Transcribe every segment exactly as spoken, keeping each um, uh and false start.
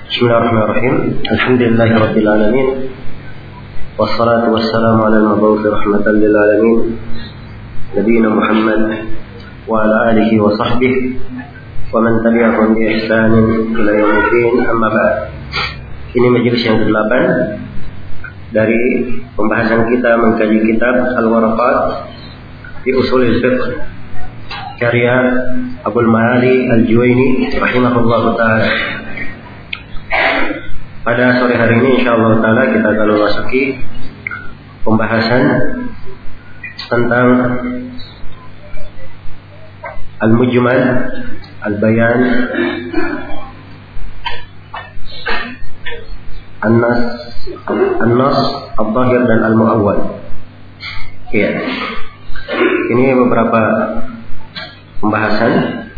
Bismillahirrahmanirrahim. Alhamdulillahirabbil alamin. Wassalatu wassalamu ala al-mab'uts rahmatan lil alamin. Nabiyina Muhammad wa ala alihi wa sahbihi wa man tabi'ahum bi ihsanin ila yaumiddin. Amma ba'd. Ini majelis yang kedelapan dari pembahasan kita mengkaji kitab Al-Waraqat fi Ushul Fiqh karya Abdul Ma'ali Al-Juwaini rahimahullahu ta'ala. Pada sore hari ini insyaallah ta'ala kita akan memasuki pembahasan tentang Al-Mujmal, Al-Bayan, An-Nas, An-Nas, Al-Zahir dan Al-Mu'awwal. Ya. Ini beberapa pembahasan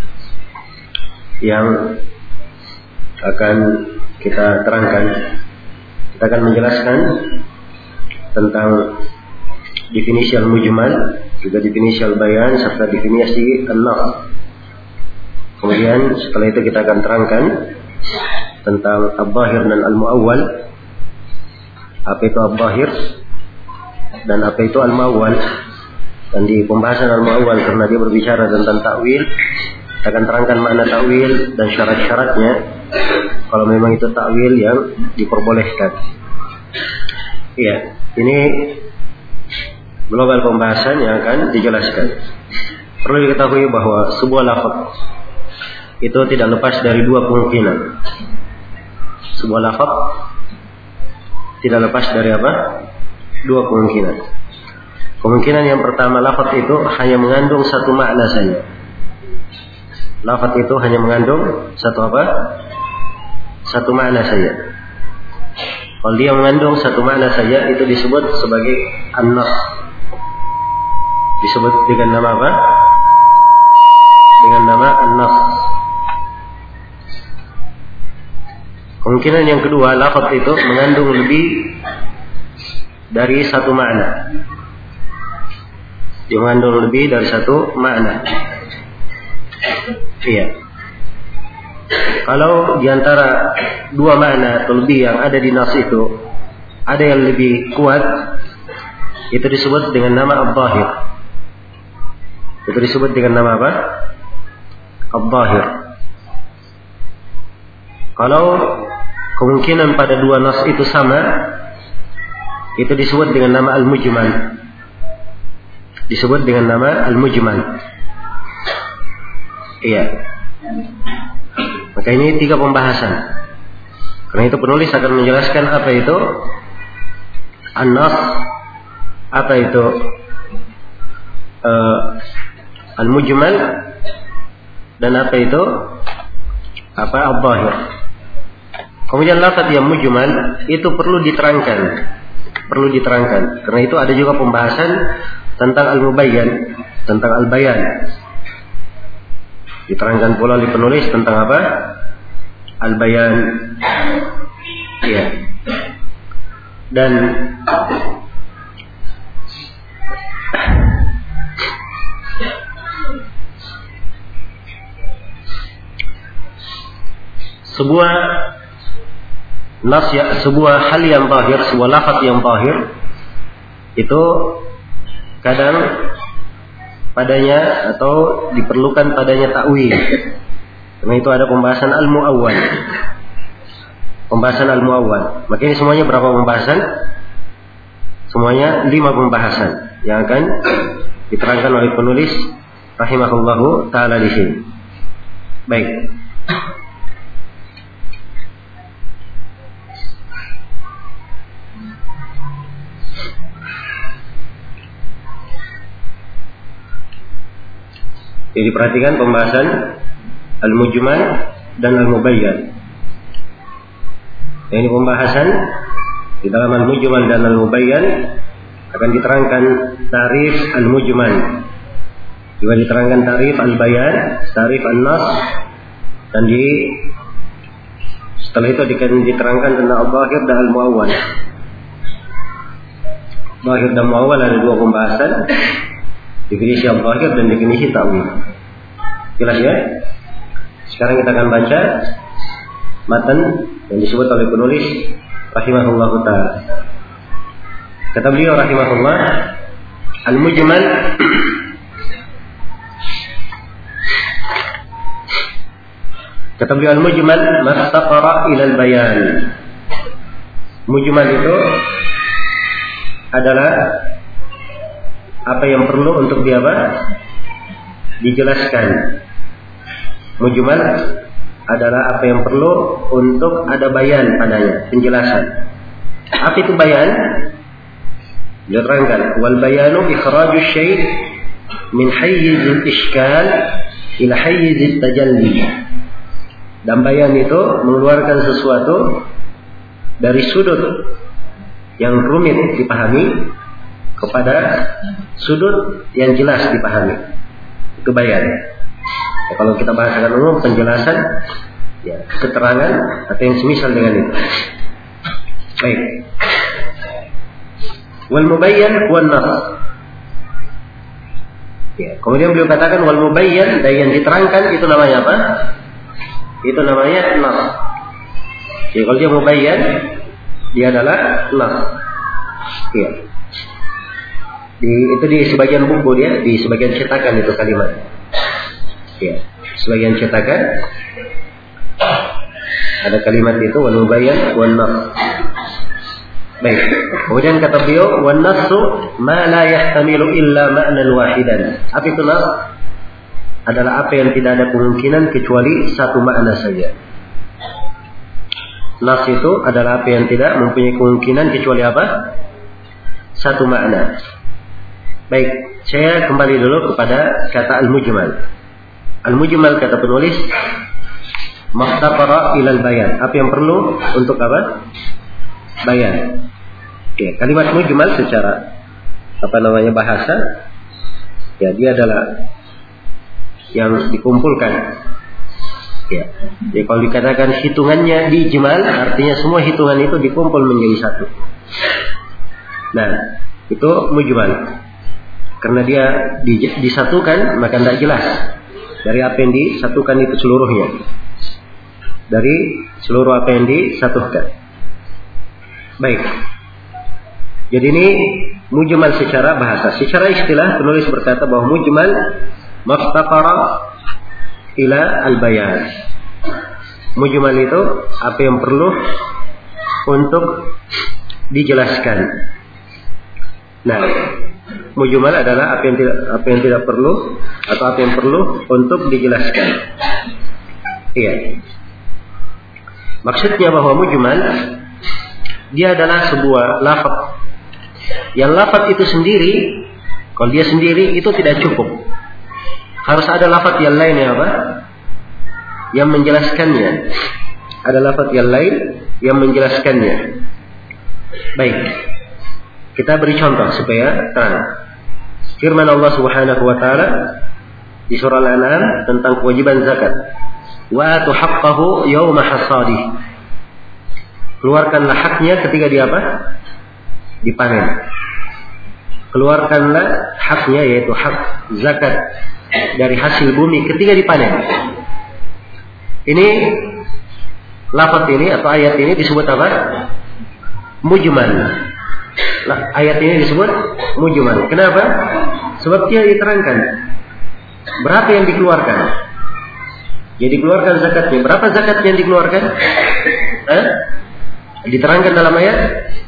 yang akan kita terangkan. Kita akan menjelaskan tentang definisi Al-Mujmal, juga definisi Al-Bayan, serta definisi An-Nas. Kemudian setelah itu kita akan terangkan tentang Al-Zahir dan Al-Mu'awwal. Apa itu Al-Zahir dan apa itu Al-Mu'awwal. Dan di pembahasan Al-Mu'awwal, karena dia berbicara tentang takwil, kita akan terangkan makna takwil dan syarat-syaratnya kalau memang itu takwil yang diperbolehkan. Iya, ini global pembahasan yang akan dijelaskan. Perlu diketahui bahwa sebuah lafaz itu tidak lepas dari dua kemungkinan. Sebuah lafaz tidak lepas dari apa? Dua kemungkinan. Kemungkinan yang pertama, lafaz itu hanya mengandung satu makna saja. Lafaz itu hanya mengandung satu apa? Satu makna saja. Kalau dia mengandung satu makna saja, itu disebut sebagai an-nas. Disebut dengan nama apa? Dengan nama an-nas. Kemungkinan yang kedua, lafaz itu mengandung lebih dari satu makna. Dia mengandung lebih dari satu makna. Iya. Kalau diantara dua makna atau lebih yang ada di nas itu ada yang lebih kuat, itu disebut dengan nama Al-Zahir. Itu disebut dengan nama apa? Al-Zahir. Kalau kemungkinan pada dua nas itu sama, itu disebut dengan nama Al-Mujmal. Disebut dengan nama Al-Mujmal. Iya. Maka ini tiga pembahasan. Karena itu penulis akan menjelaskan apa itu An-Nas, apa itu uh, Al-Mujmal, dan apa itu apa Al-Zahir. Kemudian lafaz yang mujmal itu perlu diterangkan, perlu diterangkan. Karena itu ada juga pembahasan tentang Al-Mubayyan, tentang Al-Bayan. Diterangkan pula oleh penulis tentang apa? Al-Bayan. Ya. Dan sebuah nas ya, sebuah hal yang zahir, sebuah lafaz yang zahir itu kadang padanya atau diperlukan padanya takwil. Karena itu ada pembahasan Al-Mu'awwal. Pembahasan Al-Mu'awwal. Maka ini semuanya berapa pembahasan? Semuanya lima pembahasan yang akan diterangkan oleh penulis rahimahullahu ta'ala di sini. Baik. Jadi perhatikan pembahasan Al-Mujmal dan Al-Mubayyan. Ini pembahasan di dalam Al-Mujmal dan Al-Mubayyan akan diterangkan tarif Al-Mujmal, juga diterangkan tarif Al-Bayan, tarif An-Nas, dan di setelah itu akan diterangkan tentang Al-Zahir dan Al-Mu'awwal. Zahir dan Mu'awwal ada dua pembahasan. Definisi Al-Zahir dan definisi ta'wil. Jelas ya? Sekarang kita akan baca matan yang disebut oleh penulis rahimahullah ta'ala. Kata beliau rahimahullah, al-mujmal kata beliau al-mujmal mastaqara ila al-bayan. Mujmal itu adalah apa yang perlu untuk dia apa? Dijelaskan. Mujmal adalah apa yang perlu untuk ada bayan padanya, penjelasan. Apa itu bayan? Diterangkan, wal bayanu ikhraju syai' min hayyiz al-ishkal ila hayyiz al-tajalli. Dan bayan itu mengeluarkan sesuatu dari sudut yang rumit dipahami kepada sudut yang jelas dipahami. Itu bayan. Ya, kalau kita bahasakan umum, penjelasan, ya, keterangan atau yang semisal dengan itu. Baik. Wal mubayyan wan nas. Ya, kemudian beliau katakan wal mubayyan, dan yang diterangkan itu namanya apa? Itu namanya nas. Jadi kalau dia mubayyan, dia adalah nas. Ya. Di, itu di sebagian buku dia, di sebagian cetakan itu kalimat. Ya, sebagian cetakan ada kalimat itu wal mubayyan wan nas. Baik. Kemudian kata beliau wan nasu ma la yahtamilu illa ma'nan wahidan. Apa itu nas? Adalah apa yang tidak ada kemungkinan kecuali satu makna saja. Nas itu adalah apa yang tidak mempunyai kemungkinan kecuali apa? Satu makna. Baik, saya kembali dulu kepada kata al-mujmal. Al-mujmal kata penulis maqtaqara ilal bayan. Apa yang perlu untuk apa? Bayan. Ya, kalimat mujmal secara apa namanya bahasa, ya dia adalah yang dikumpulkan. Ya. Jadi kalau dikatakan hitungannya dijmal, artinya semua hitungan itu dikumpul menjadi satu. Nah, itu mujmal. Karena dia disatukan, maka tidak jelas dari apa yang disatukan itu seluruhnya. Dari seluruh apa yang disatukan. Baik. Jadi ini mujmal secara bahasa. Secara istilah penulis berkata bahwa mujmal maftaqara ila al-bayan. Mujmal itu apa yang perlu untuk dijelaskan. Nah, mujmal adalah apa yang tidak apa yang tidak perlu atau apa yang perlu untuk dijelaskan. Iya. Maksudnya bahwa mujmal dia adalah sebuah lafaz. Yang lafaz itu sendiri, kalau dia sendiri itu tidak cukup. Harus ada lafaz yang lain ya apa? Yang menjelaskannya. Ada lafaz yang lain yang menjelaskannya. Baik. Kita beri contoh supaya terang. Firman Allah Subhanahu wa taala di surah Al-An'am tentang kewajiban zakat. Wa atu haqqahu yauma hasadih. Keluarkanlah haknya ketika dia apa? Dipanen. Keluarkanlah haknya, yaitu hak zakat dari hasil bumi ketika dipanen. Ini lafaz ini atau ayat ini disebut apa? Mujmal. Ayat ini disebut mujmal. Kenapa? Sebab dia diterangkan berapa yang dikeluarkan. Jadi dikeluarkan zakatnya. Berapa zakat yang dikeluarkan? Eh? Diterangkan dalam ayat?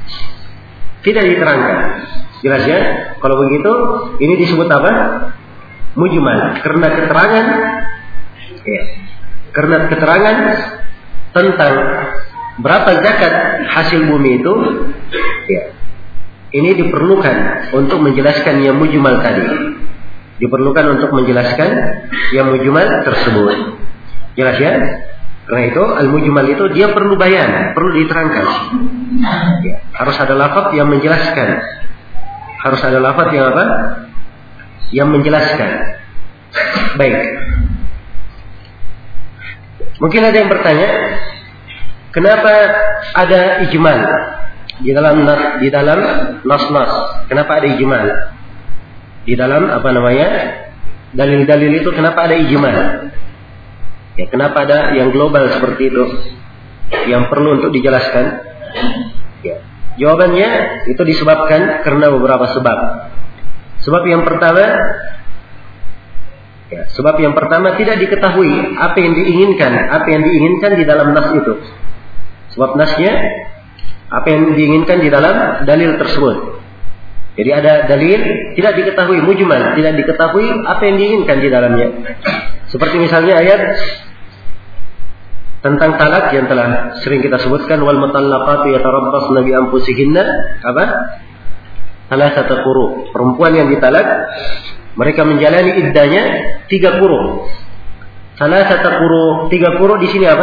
Tidak diterangkan. Jelas ya? Kalau begitu, ini disebut apa? Mujmal. Karena keterangan, ya, karena keterangan tentang berapa zakat hasil bumi itu, ya, ini diperlukan untuk menjelaskan yang mujmal tadi. Diperlukan untuk menjelaskan yang mujmal tersebut. Jelas ya? Karena itu al-mujmal itu dia perlu bayan, perlu diterangkan. Ya, harus ada lafaz yang menjelaskan. Harus ada lafaz yang apa? Yang menjelaskan. Baik. Mungkin ada yang bertanya, kenapa ada ijmal di dalam nas, di dalam nas-nas? Kenapa ada ijmal? Di dalam apa namanya? Dalil-dalil itu kenapa ada ijmal? Ya, kenapa ada yang global seperti itu? yang perlu untuk dijelaskan? Ya. Jawabannya itu disebabkan karena beberapa sebab. Sebab yang pertama, ya, sebab yang pertama tidak diketahui apa yang diinginkan, apa yang diinginkan di dalam nas itu. Sebab nasnya apa yang diinginkan di dalam dalil tersebut. Jadi ada dalil tidak diketahui, mujmal, tidak diketahui apa yang diinginkan di dalamnya. Seperti misalnya ayat tentang talak yang telah sering kita sebutkan, wal mutallaqatu yatarabbasna bi anfusihinna apa? Thalathata quru. Perempuan yang ditalak mereka menjalani iddahnya tiga quru. Thalathata quru, tiga quru di sini apa?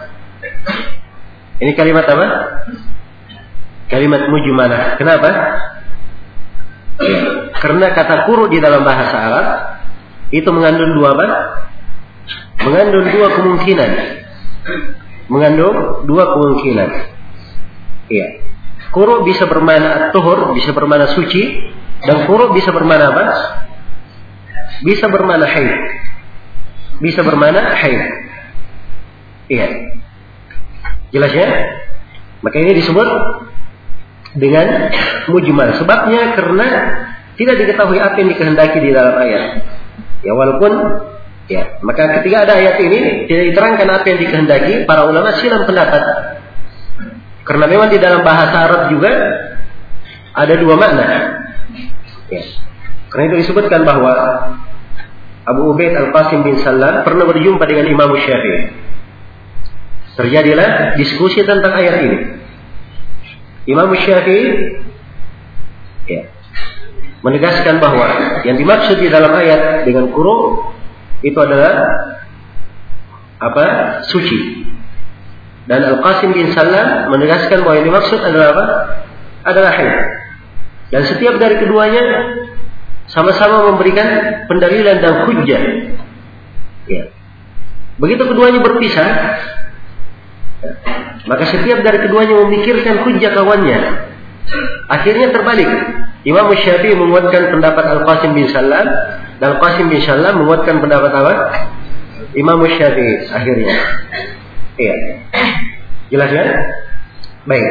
Ini kalimat apa? Kalimat mujmalah. Kenapa? Ya, karena kata quru di dalam bahasa Arab itu mengandung dua apa? Mengandung dua kemungkinan. Mengandung dua kemungkinan. Iya. Quru bisa bermakna at-tuhur, bisa bermakna suci, dan quru bisa bermakna apa? Bisa bermakna haid. Bisa bermakna haid. Iya. Jelas ya? Maka ini disebut dengan mujmal. Sebabnya karena tidak diketahui apa yang dikehendaki di dalam ayat. Ya walaupun ya, maka ketika ada ayat ini tidak diterangkan apa yang dikehendaki, para ulama silang pendapat. Karena memang di dalam bahasa Arab juga ada dua makna. Ya. Karena itu disebutkan bahwa Abu Ubaid Al-Qasim bin Sallam pernah berjumpa dengan Imam Syafi'i. Terjadilah diskusi tentang ayat ini. Imam Syafi'i ya, menegaskan bahwa yang dimaksud di dalam ayat dengan quru itu adalah apa? Suci. Dan Al-Qasim bin Sallam menegaskan bahwa yang dimaksud adalah apa? Adalah haid. Dan setiap dari keduanya sama-sama memberikan pendalilan dan hujjah. Ya. Begitu keduanya berpisah, ya, maka setiap dari keduanya memikirkan hujjah kawannya. Akhirnya terbalik. Imam Syafi'i menguatkan pendapat Al-Qasim bin Sallam, dan Al-Qasim bin Sallam menguatkan pendapat apa? Imam Syafi'i akhirnya. Iya. Jelas ya? Baik.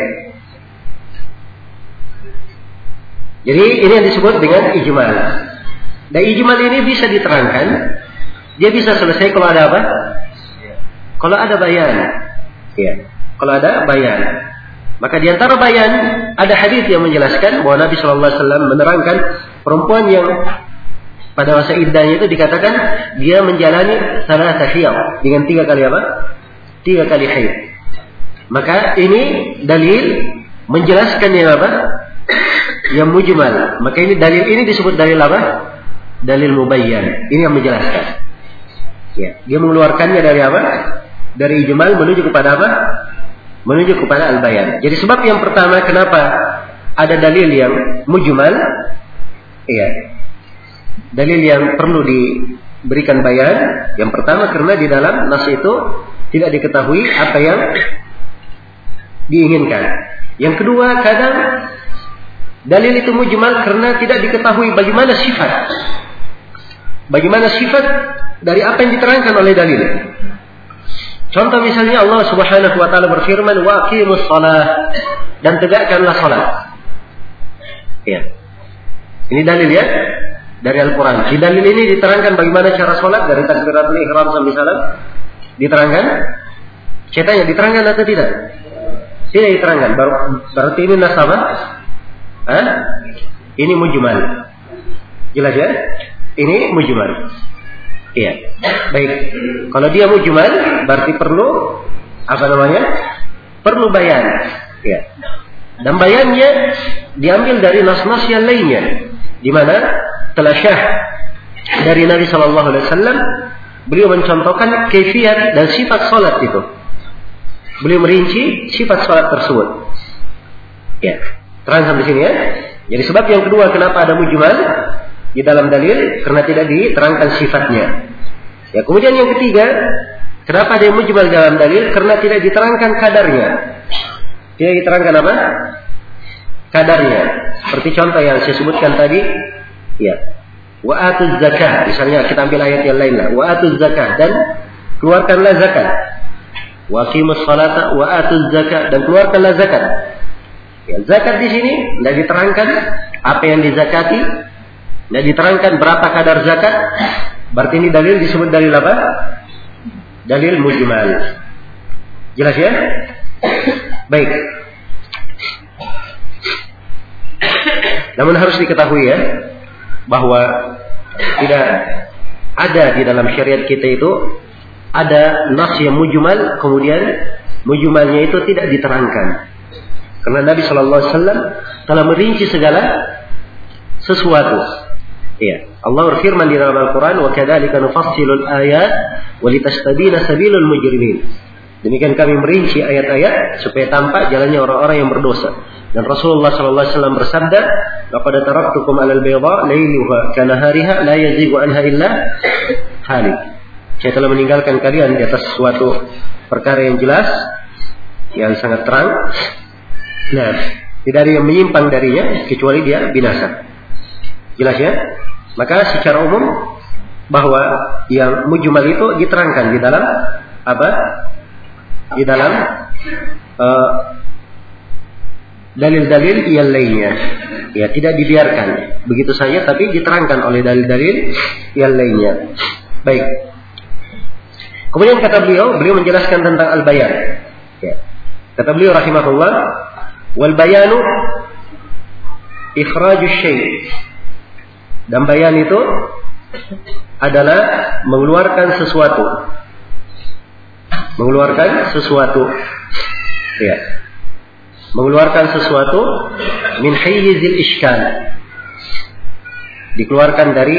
Jadi ini yang disebut dengan ijmal. Dan ijmal ini bisa diterangkan, dia bisa selesai kalau ada apa? Kalau ada bayan. Iya. Kalau ada bayan. Maka di antara bayan ada hadis yang menjelaskan bahwa Nabi Shallallahu Alaihi Wasallam menerangkan perempuan yang pada masa iddahnya itu dikatakan dia menjalani salah tahiyah dengan tiga kali apa? Tiga kali haid. Maka ini dalil menjelaskan yang apa? Yang mujmal. Maka ini dalil ini disebut dalil apa? Dalil mubayyan. Ini yang menjelaskan. Ya, dia mengeluarkannya dari apa? Dari ijmal menuju kepada apa? Menuju kepada al-bayan. Jadi sebab yang pertama kenapa ada dalil yang mujmal? Iya. Dalil yang perlu diberikan bayan. Yang pertama karena di dalam nas itu tidak diketahui apa yang diinginkan. Yang kedua, kadang dalil itu mujmal karena tidak diketahui bagaimana sifat. Bagaimana sifat dari apa yang diterangkan oleh dalil. Contoh misalnya Allah Subhanahu wa taala berfirman, "Wa aqimus shalah," dan tegakkanlah salat. Ya. Ini dalil ya dari Al-Qur'an. Di dalil ini diterangkan bagaimana cara salat dari takbiratul ihram sampai salam. Diterangkan? Ceritanya diterangkan atau tidak? Tidak diterangkan. Berarti ini nas apa? Hah? Ini mujmal. Jelas ya? Ini mujmal. Iya. Baik. Kalau dia mujmal, berarti perlu apa namanya? Perlu bayan. Ya. Dan bayannya diambil dari nas-nas yang lainnya, di mana telah syah dari Nabi Shallallahu Alaihi Wasallam. Beliau mencontohkan kaifiat dan sifat salat itu. Beliau merinci sifat salat tersebut. Ya, terang sampai sini ya. Jadi sebab yang kedua kenapa ada mujmal di dalam dalil karena tidak diterangkan sifatnya. Ya, kemudian yang ketiga, kenapa ada yang mujmal dalam dalil karena tidak diterangkan kadarnya. Tidak diterangkan apa? Kadarnya. Seperti contoh yang saya sebutkan tadi, ya. Wa atuz zakah, misalnya kita ambil ayat yang lain lah. Wa atuz zakah, dan keluarkanlah zakat. wa aqimus salata wa atuz zakat, dan keluarkanlah zakat. Ya, zakat di sini tidak diterangkan apa yang dizakati, tidak diterangkan berapa kadar zakat. Berarti ini dalil disebut dalil apa? Dalil mujmal. Jelas ya? Baik. Namun harus diketahui ya, bahwa tidak ada di dalam syariat kita itu ada nas yang mujmal, kemudian mujmalnya itu tidak diterangkan. Karena Nabi Shallallahu Alaihi Wasallam telah merinci segala sesuatu. Ya, Allah berfirman di dalam Al-Quran, wa kadzalika nufassilul ayat wa litastabina sabilul mujrimin. Demikian kami merinci ayat-ayat supaya tampak jalannya orang-orang yang berdosa. Dan Rasulullah Sallallahu Alaihi Wasallam bersabda, laqad taraktukum 'alal bayda lailuha kanahariha la yazighu anha illa halik. Saya telah meninggalkan kalian di atas suatu perkara yang jelas, yang sangat terang. Nah, tidak ada yang menyimpang darinya kecuali dia binasa. Jelas ya? Maka secara umum bahwa yang mujmal itu diterangkan di dalam apa? Di dalam uh, dalil-dalil yang lainnya. Ya, tidak dibiarkan begitu saja, tapi diterangkan oleh dalil-dalil yang lainnya. Baik. Kemudian kata beliau, beliau menjelaskan tentang al-bayan. Ya. Kata beliau rahimahullah, wal bayanu ikhrajus syai'. Dan bayan itu adalah mengeluarkan sesuatu. Mengeluarkan sesuatu. Ya. Mengeluarkan sesuatu min hayyizil iskal. Dikeluarkan dari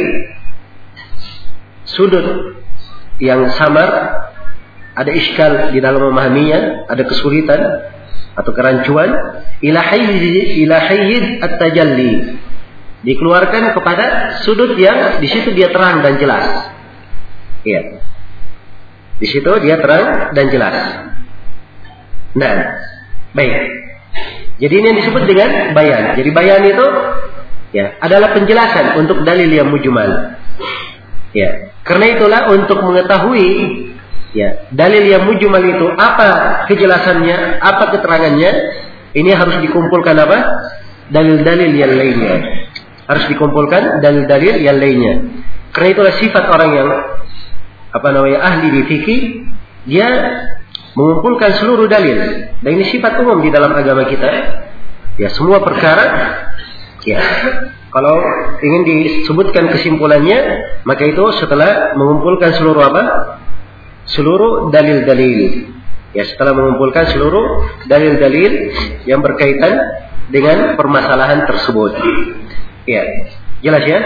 sudut yang samar, ada iskal di dalam memahaminya, ada kesulitan atau kerancuan, ila hayyiz ila hayyiz at-tajalli. Dikeluarkan kepada sudut yang di situ dia terang dan jelas. Iya. Di situ dia terang dan jelas. Nah, baik. Jadi ini yang disebut dengan bayan. Jadi bayan itu ya adalah penjelasan untuk dalil yang mujmal. Ya. Karena itulah untuk mengetahui ya dalil yang mujmal itu apa kejelasannya, apa keterangannya, ini harus dikumpulkan apa? Dalil-dalil yang lainnya. Harus dikumpulkan dalil-dalil yang lainnya. Karena itulah sifat orang yang apa namanya ahli di fikih, dia mengumpulkan seluruh dalil. Dan ini sifat umum di dalam agama kita. Ya, semua perkara ya kalau ingin disebutkan kesimpulannya, maka itu setelah mengumpulkan seluruh apa? Seluruh dalil-dalil. Ya, setelah mengumpulkan seluruh dalil-dalil yang berkaitan dengan permasalahan tersebut. Ya, jelas ya?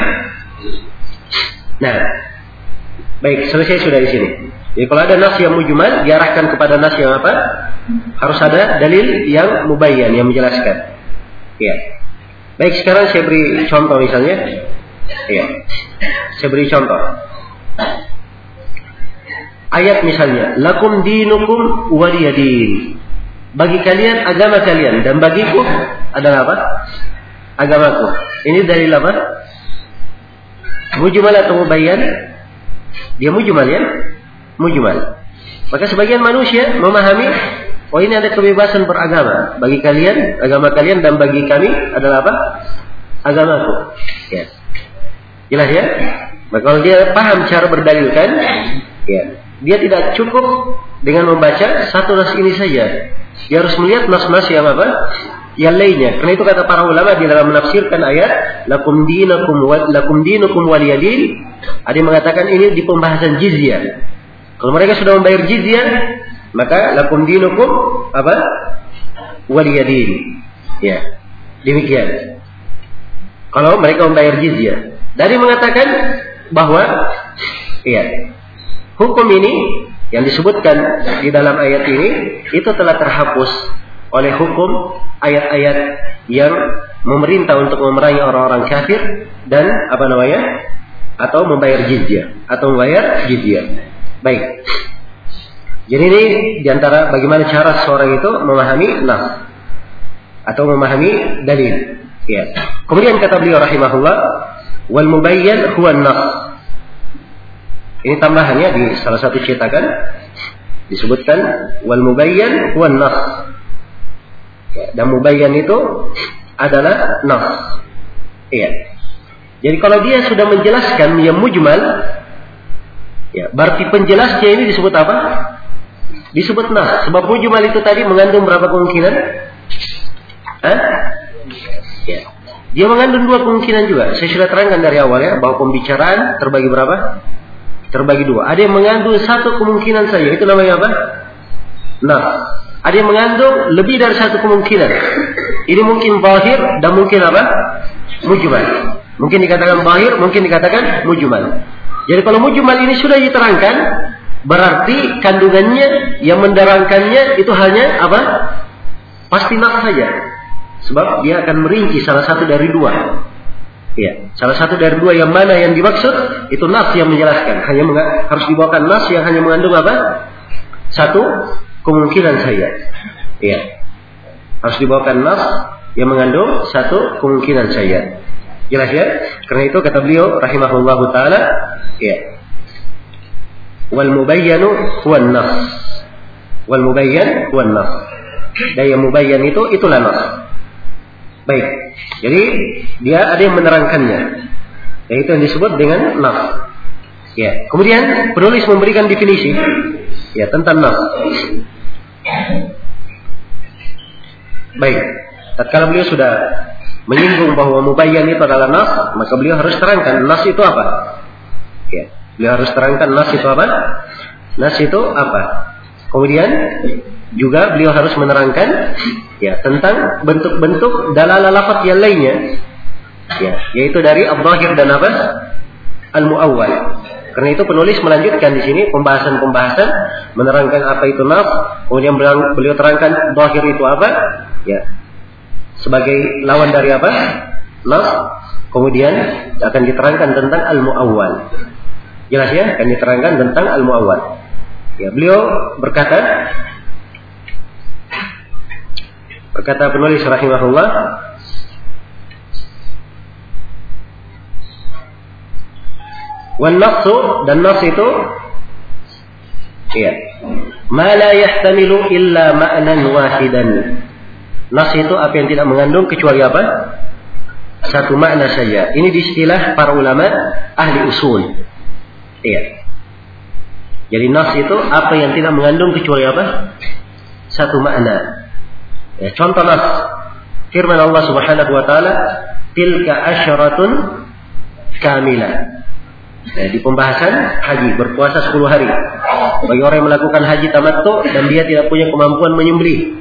Nah, baik, selesai sudah di sini. Jadi kalau ada nas yang mujmal, diarahkan kepada nas yang apa? Harus ada dalil yang mubayyan, yang menjelaskan. Ya. Baik, sekarang saya beri contoh misalnya. Ya. Saya beri contoh. Ayat misalnya, lakum dinukum waliyadin. Bagi kalian agama kalian dan bagiku adalah apa? Agamaku. Ini dalil apa? Mujmal atau mubayyan? Dia mujmal ya? Mujmal. Maka sebagian manusia memahami, oh ini ada kebebasan beragama. Bagi kalian, agama kalian, dan bagi kami adalah apa? Agamaku. Ya. Jelas ya? Maka kalau dia paham cara berdalilkan, ya, dia tidak cukup dengan membaca satu nas ini saja. Dia harus melihat nas-nas yang apa? Yang lainnya. Karena itu kata para ulama di dalam menafsirkan ayat lakum dinukum wa lakum dinukum waliyadin, ada yang mengatakan ini di pembahasan jizyah. Kalau mereka sudah membayar jizyah, maka lakum dinukum apa? Waliyadin. Ya. Demikian. Kalau mereka membayar jizyah. Dari mengatakan bahwa ya, hukum ini yang disebutkan di dalam ayat ini itu telah terhapus oleh hukum ayat-ayat yang memerintah untuk memerangi orang-orang kafir dan apa namanya? Atau membayar jizyah, atau membayar jizyah. Baik. Jadi ini diantara bagaimana cara seorang itu memahami nas atau memahami dalil. Ya. Kemudian kata beliau rahimahullah, wal mubayyan huwa an-nas. Ini tambahannya di salah satu cetakan. Disebutkan wal mubayyan huwa an-nass. Ya, dan mubayyan itu adalah nass. Iya. Jadi kalau dia sudah menjelaskan yang mujmal, ya, berarti penjelasnya ini disebut apa? Disebut nass. Sebab mujmal itu tadi mengandung berapa kemungkinan? Hah? Ya. Dia mengandung dua kemungkinan juga. Saya sudah terangkan dari awal ya, bahwa pembicaraan terbagi berapa? Terbagi dua. Ada yang mengandung satu kemungkinan saja. Itu namanya apa? Nah, ada yang mengandung lebih dari satu kemungkinan. Ini mungkin zahir dan mungkin apa? Mujmal. Mungkin dikatakan zahir, mungkin dikatakan mujmal. Jadi kalau mujmal ini sudah diterangkan, berarti kandungannya yang menerangkannya itu hanya apa? Pasti nas saja. Sebab dia akan merinci salah satu dari dua. Ya, salah satu dari dua yang mana yang dimaksud itu nas yang menjelaskan. Hanya menga- harus dibawakan nas yang hanya mengandung apa? Satu kemungkinan saja. Ya, harus dibawakan nas yang mengandung satu kemungkinan saja. Jelas ya? Karena itu kata beliau rahimahullahu taala, ya. Wal mubayyanu huwa an-nas. Wal mubayyan huwa an-nas. Dan yang mubayyan itu itulah nas. Baik. Jadi dia ada yang menerangkannya. Yaitu yang disebut dengan nas. Ya. Kemudian penulis memberikan definisi ya tentang nas. Baik. Tatkala beliau sudah menyinggung bahwa mubayyan itu adalah nas, maka beliau harus terangkan nas itu apa. Ya. Beliau harus terangkan nas itu apa? Nas itu apa? Kemudian juga beliau harus menerangkan ya tentang bentuk-bentuk dalalah lafaz yang lainnya. Ya, yaitu dari al-zahir dan apa? Al-muawwal. Karena itu penulis melanjutkan di sini pembahasan-pembahasan menerangkan apa itu nas, kemudian beliau terangkan zahir itu apa? Ya. Sebagai lawan dari apa? Nas. Kemudian akan diterangkan tentang al-muawwal. Jelas ya? Akan diterangkan tentang al-muawwal. Ya, beliau berkata berkata penulis rahimahullah, wan nafsu, dan nafs itu ya ma la yahtamilu illa ma'nan wahidan. Nafs itu apa yang tidak mengandung kecuali apa? Satu makna saja. Ini istilah para ulama ahli usul. Iya. Jadi nafs itu apa yang tidak mengandung kecuali apa? Satu makna. Ya, contoh nafs. Firman Allah Subhanahu wa taala, "Tilka asyaratun kamilah." Ya, di pembahasan haji, berpuasa sepuluh hari. Bagi orang yang melakukan haji tamattu dan dia tidak punya kemampuan menyembelih.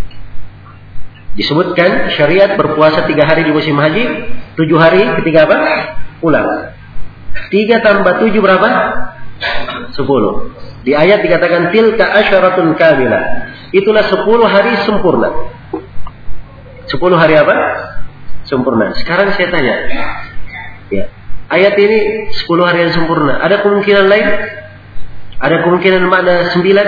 Disebutkan syariat berpuasa tiga hari di musim haji, tujuh hari ketika apa? Pulang. Tiga tambah tujuh berapa? Sepuluh. Di ayat dikatakan tilka asyaratun kamilah. Itulah sepuluh hari sempurna. Sepuluh hari apa? Sempurna. Sekarang saya tanya, ya, ayat ini sepuluh hari yang sempurna. Ada kemungkinan lain? Ada kemungkinan makna sembilan?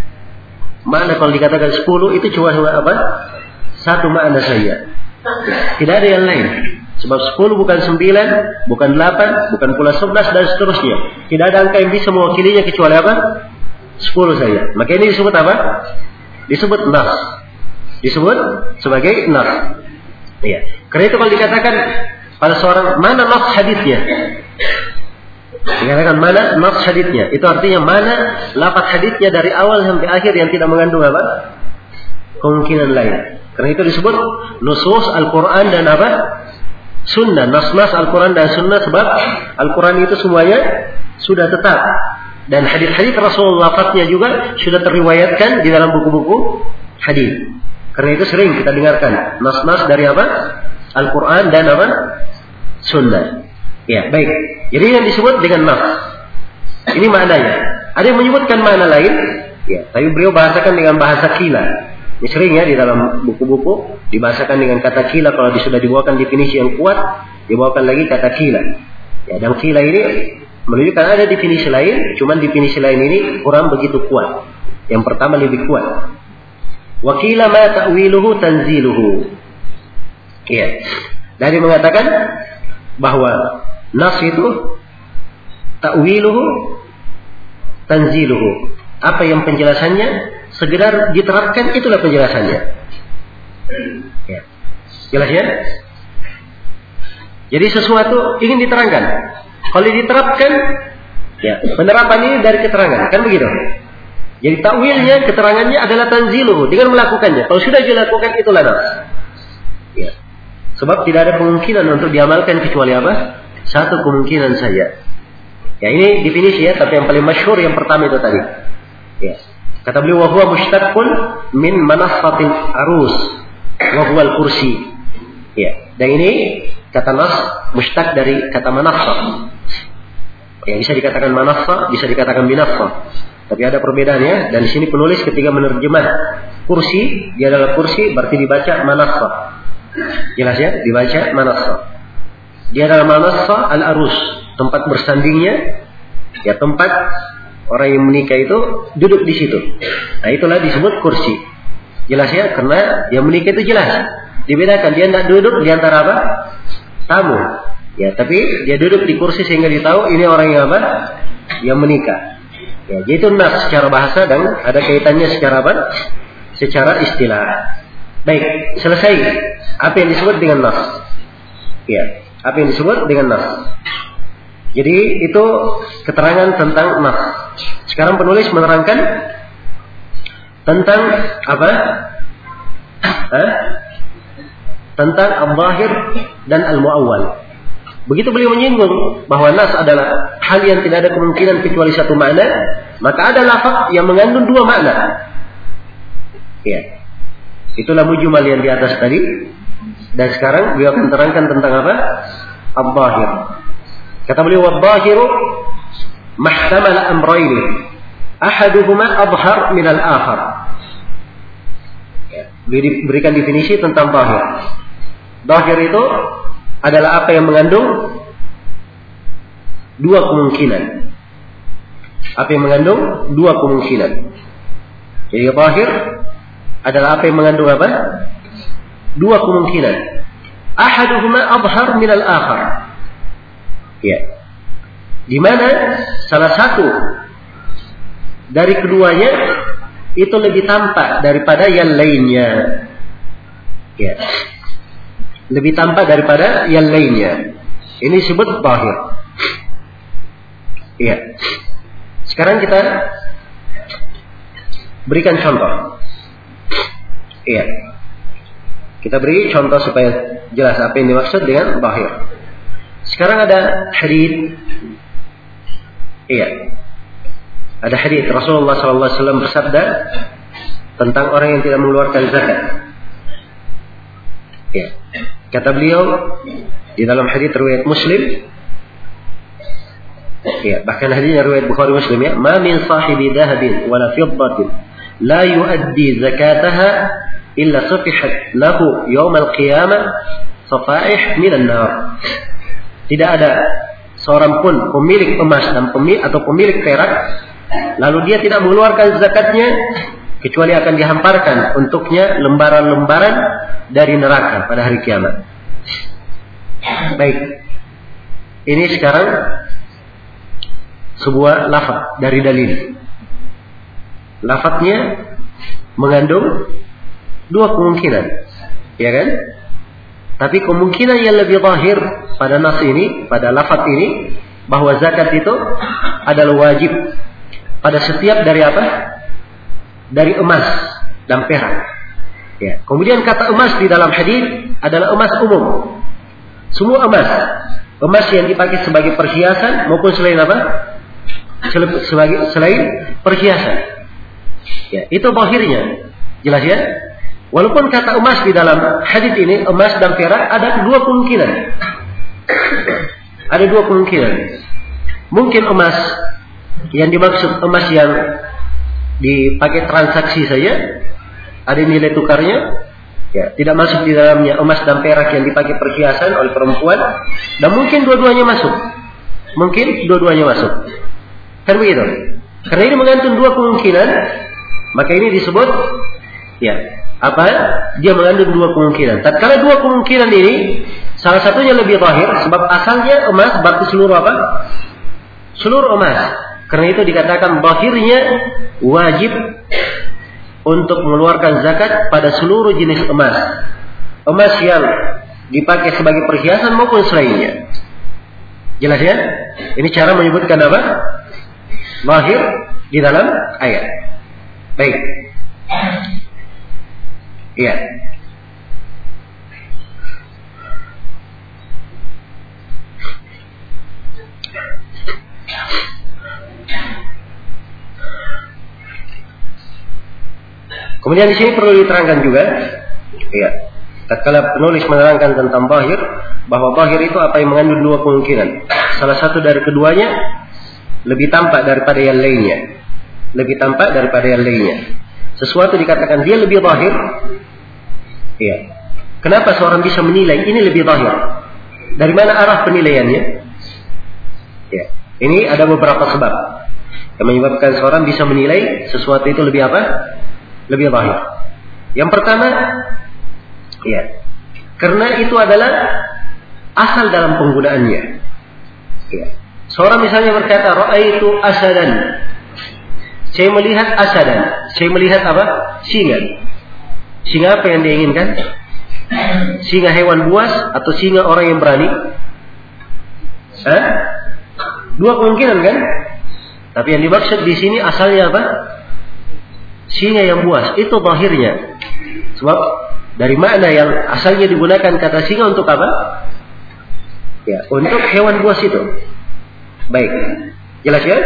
Makna kalau dikatakan sepuluh itu cuma apa? Satu makna saja. Tidak ada yang lain. Sebab sepuluh bukan sembilan, bukan delapan, bukan pula sebelas dan seterusnya. Tidak ada angka yang bisa mewakilinya kecuali apa? Sepuluh saja. Maka ini disebut apa? Disebut nas. Disebut sebagai nas. Ya. Karena itu kalau dikatakan pada seorang mana nas hadisnya? Dikatakan mana nas hadisnya? Itu artinya mana lafaz hadisnya dari awal sampai akhir yang tidak mengandung apa? Kemungkinan lain. Karena itu disebut nusus Al-Quran dan apa? Sunnah. Nas-nas Al-Quran dan Sunnah, sebab Al-Quran itu semuanya sudah tetap. Dan hadis-hadis Rasulullah lafaznya juga sudah terriwayatkan di dalam buku-buku hadis. Karena itu sering kita dengarkan nas-nas dari apa? Al-Quran dan apa? Sunnah. Ya, baik. Jadi yang disebut dengan nas. Ini maknanya. Ada yang menyebutkan makna lain, ya, tapi beliau bahasakan dengan bahasa kila. Ini sering ya di dalam buku-buku dibahasakan dengan kata kila. Kalau sudah dibawakan definisi yang kuat, dibawakan lagi kata kila. Ya, dan kila ini menunjukkan ada definisi lain, cuman definisi lain ini kurang begitu kuat. Yang pertama lebih kuat. Wa qila ma ta'wiluhu tanziluhu. Ya. Dari mengatakan bahwa nas itu ta'wiluhu tanziluhu. apa yang penjelasannya sekedar diterapkan, itulah penjelasannya. Ya. Jelas ya? Jadi sesuatu ingin diterangkan. Kalau diterapkan, ya penerapan ini dari keterangan, kan begitu? Jadi takwilnya, keterangannya adalah tanziluhu, dengan melakukannya. Kalau sudah dilakukan, itulah nas. Ya. Sebab tidak ada kemungkinan untuk diamalkan kecuali apa? Satu kemungkinan saja. Ya ini definisi ya, tapi yang paling masyhur yang pertama itu tadi. Ya. Kata beliau, wa huwa mushtaqqun min manassatil arus wa huwa al-kursi. Ya. Dan ini kata nas mushtaq dari kata manassa. Ya, bisa dikatakan manassa, bisa dikatakan binassa. Tapi ada perbedaannya, dan di sini penulis ketika menerjemah kursi, dia adalah kursi berarti dibaca manassa. Jelas ya, dibaca manassa. Dia adalah manassa al-arus, tempat bersandingnya, ya tempat orang yang menikah itu duduk di situ. Nah itulah disebut kursi. Jelas ya, karena yang menikah itu jelas. Dibedakan, dia tidak duduk di antara apa? Tamu. Ya, tapi dia duduk di kursi sehingga ditahu ini orang yang apa? Yang menikah. Ya, jadi itu nas secara bahasa dan ada kaitannya secara apa? Secara istilah. Baik, selesai. Apa yang disebut dengan nas? Ya, apa yang disebut dengan nas? Jadi itu keterangan tentang nas. Sekarang penulis menerangkan tentang apa? Hah? Tentang al-zahir dan al-mu'awwal. Begitu beliau menyinggung bahwa nas adalah hal yang tidak ada kemungkinan kecuali satu makna, maka ada lafaz yang mengandung dua makna. Ya. Itulah mujmal yang di atas tadi. Dan sekarang beliau akan terangkan tentang apa? Al-zahir. Kata beliau, "Al-zahiru mahtamala amrayni, ahaduhuma adhhar min al-akhar." Ya, beliau diberikan definisi tentang zahir. Zahir itu adalah apa yang mengandung dua kemungkinan. Apa yang mengandung dua kemungkinan. Jadi zahir adalah apa yang mengandung apa? Dua kemungkinan. Ahaduhuma adhhar min al-akhar. Ya. Di mana salah satu dari keduanya itu lebih tampak daripada yang lainnya. Ya. Lebih tampak daripada yang lainnya. Ini disebut zahir. Iya. Sekarang kita berikan contoh. Iya. Kita beri contoh supaya jelas apa yang dimaksud dengan zahir. Sekarang ada hadits. Iya. Ada hadits Rasulullah sallallahu alaihi wasallam bersabda tentang orang yang tidak mengeluarkan zakat. Iya. Kata beliau di dalam hadits riwayat Muslim, ya, bahkan hadisnya riwayat Bukhari Muslim ya, "Ma min sahibi dhahabin wala fiddatin la yuaddi zakataha illa sufihat lahu yawm al-qiyamah safaih min an-nar." Tidak ada seorang pun pemilik emas dan pemilik atau pemilik perak lalu dia tidak mengeluarkan zakatnya kecuali akan dihamparkan untuknya lembaran-lembaran dari neraka pada hari kiamat. Baik. Ini sekarang sebuah lafaz dari dalil. Lafaznya mengandung dua kemungkinan, ya kan? Tapi kemungkinan yang lebih zahir pada nas ini, pada lafaz ini, bahwa zakat itu adalah wajib pada setiap dari apa? Dari emas dan perak. Ya. Kemudian kata emas di dalam hadis adalah emas umum. Semua emas, emas yang dipakai sebagai perhiasan maupun selain apa? Sebagai selain perhiasan. Ya, itu zahirnya. Jelas ya? Walaupun kata emas di dalam hadis ini, emas dan perak, ada dua kemungkinan. Ada dua kemungkinan. Mungkin emas yang dimaksud emas yang dipakai transaksi saja, ada nilai tukarnya, ya, tidak masuk di dalamnya emas dan perak yang dipakai perhiasan oleh perempuan, dan mungkin dua-duanya masuk. Mungkin dua-duanya masuk. Kan begitu? Karena ini mengandung dua kemungkinan, maka ini disebut, ya, apa? Dia mengandung dua kemungkinan. Tatkala dua kemungkinan ini, salah satunya lebih zahir, sebab asalnya emas berarti seluruh apa? Seluruh emas. Karena itu dikatakan zahirnya wajib untuk mengeluarkan zakat pada seluruh jenis emas. Emas yang dipakai sebagai perhiasan maupun selainnya. Jelas ya? Ini cara menyebutkan apa? Zahir di dalam ayat. Baik. Iya. Kemudian di sini perlu diterangkan juga, ya, tatkala penulis menerangkan tentang zahir, bahwa zahir itu apa yang mengandung dua kemungkinan. Salah satu dari keduanya lebih tampak daripada yang lainnya, lebih tampak daripada yang lainnya. Sesuatu dikatakan dia lebih zahir, ya. Kenapa seorang bisa menilai ini lebih zahir? Dari mana arah penilaiannya? Ya, ini ada beberapa sebab yang menyebabkan seorang bisa menilai sesuatu itu lebih apa? Lebih zahir. Yang pertama, ya, karena itu adalah asal dalam penggunaannya. Ya. Seorang misalnya berkata, "Ra'aitu asadan." Saya melihat asadan. Saya melihat apa? Singa. Singa apa yang diinginkan? Singa hewan buas atau singa orang yang berani? Hah? Dua kemungkinan kan? Tapi yang dimaksud di sini asalnya apa? Singa yang buas, itu zahirnya. Sebab dari makna yang asalnya digunakan kata singa untuk apa? Ya, untuk hewan buas itu. Baik. Jelas ya?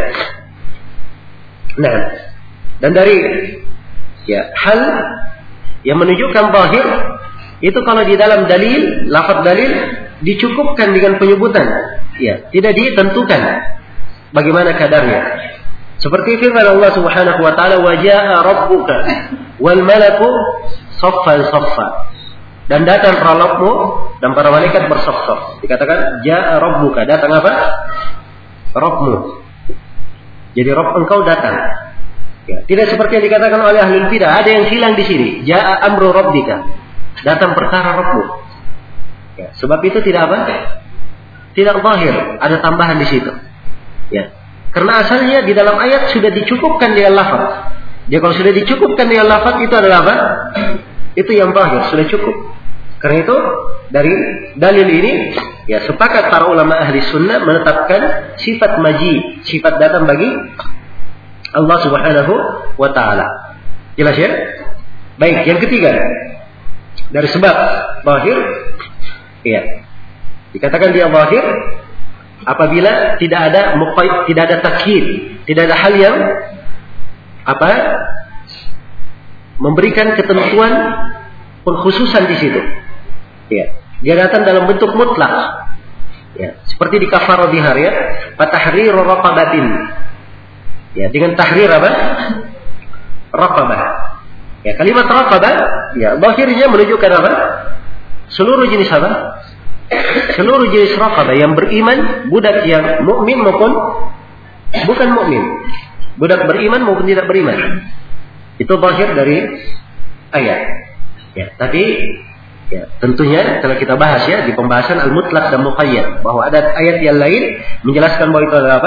Nah, dan dari ya hal yang menunjukkan zahir itu kalau di dalam dalil, lafaz dalil dicukupkan dengan penyebutan, ya, tidak ditentukan bagaimana kadarnya. Seperti firman Allah Subhanahu wa taala, "Wa jaa'a rabbuka wal malaku saffan saffa." Dan datang Rabbmu dan para malaikat bersaf-saf. Dikatakan jaa'a rabbuka, datang apa? Rabbmu. Jadi Rabb engkau datang. Ya, tidak seperti yang dikatakan oleh ahlul bidah, ada yang hilang di sini. Jaa'a amru rabbika. Datang perkara Rabbmu. Ya, sebab itu tidak apa? Tidak zahir, ada tambahan di situ. Ya. Karena asalnya di dalam ayat sudah dicukupkan dengan lafaz. Dia kalau sudah dicukupkan dengan lafaz itu adalah apa? Itu yang zahir, sudah cukup. Karena itu dari dalil ini, ya, sepakat para ulama ahli sunnah menetapkan sifat maji, sifat datang bagi Allah Subhanahu wa taala. Jelas ya? Baik, yang ketiga dari sebab zahir, ya, dikatakan dia zahir apabila tidak ada muqayyad, tidak ada takyid, tidak ada hal yang apa? Memberikan ketentuan pengkhususan di situ. Ya, dia datang dalam bentuk mutlak. Ya, seperti di kafarah bihar ya, fatahriru raqabatin. Ya, dengan tahrir apa? Raqabah. Ya, kalimat raqabah ya zahirnya menunjukkan apa? Seluruh jenis apa? Seluruh jenis raqabah yang beriman, budak yang mukmin maupun bukan mukmin, budak beriman maupun tidak beriman. Itu zahir dari ayat. Ya, tapi ya, tentunya kalau kita bahas ya di pembahasan al-mutlaq dan muqayyad, bahwa ada ayat yang lain menjelaskan bahwa itu adalah apa?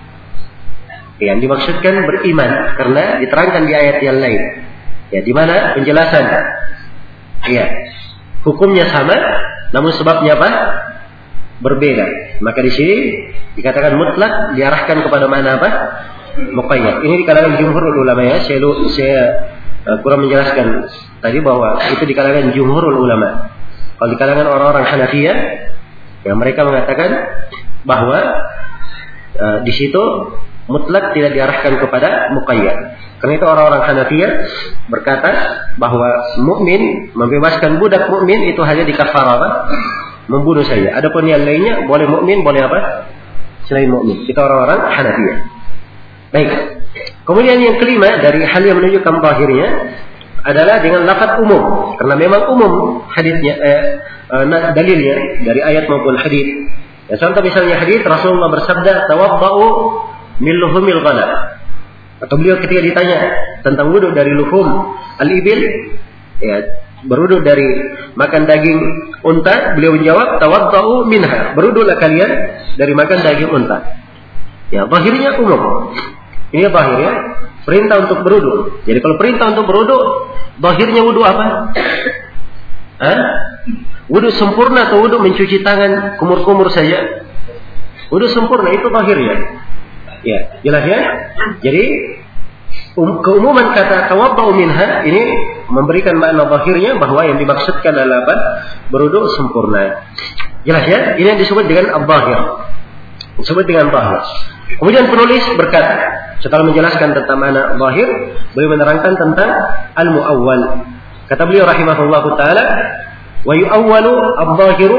Yang dimaksudkan beriman karena diterangkan di ayat yang lain. Ya, di mana penjelasan ya hukumnya sama, namun sebabnya apa? Berbeda. Maka di sini dikatakan mutlak diarahkan kepada mana apa? Muqayyad. Ini di kalangan jumhurul ulama ya. Saya, saya uh, kurang menjelaskan tadi bahwa itu di kalangan jumhurul ulama. Kalau di kalangan orang-orang Hanafiyah, ya mereka mengatakan bahwa uh, di situ mutlak tidak diarahkan kepada muqayyad. Karena itu orang-orang Hanafiyah berkata bahwa mukmin membebaskan budak mukmin itu hanya di kafarah, membunuh saja. Adapun yang lainnya boleh mukmin, boleh apa? Selain mukmin. Itu orang-orang Hanafiyah. Baik. Kemudian yang kelima dari hal yang menunjukkan zahirnya adalah dengan lafaz umum. Karena memang umum hadisnya eh, eh, dalilnya dari ayat maupun hadis. Ya, contoh misalnya hadis Rasulullah bersabda, "Tawaddau min luhumil ghanam." Atau beliau ketika ditanya tentang wudu dari luhum al-ibil, ya, berwudu dari makan daging unta, beliau menjawab, "Tawaddau minha." Berwudulah kalian dari makan daging unta. Ya, zahirnya umum. Ini zahir ya. Perintah untuk berwudu. Jadi kalau perintah untuk berwudu, zahirnya wudu apa? Hah? Wudu sempurna atau wudu mencuci tangan kumur-kumur saja? Wudu sempurna itu zahirnya. Ya, jelas ya? Jadi um, keumuman kata tawaddau minha ini memberikan makna zahirnya bahwa yang dimaksudkan adalah apa? Berwudu sempurna. Jelas ya? Ini yang disebut dengan al-zahir. Disebut dengan zahir. Kemudian penulis berkata, setelah menjelaskan tentang makna zahir, beliau menerangkan tentang al-muawwal. Kata beliau rahimahullahu taala, wa yu'awwalu adh-dhahiru.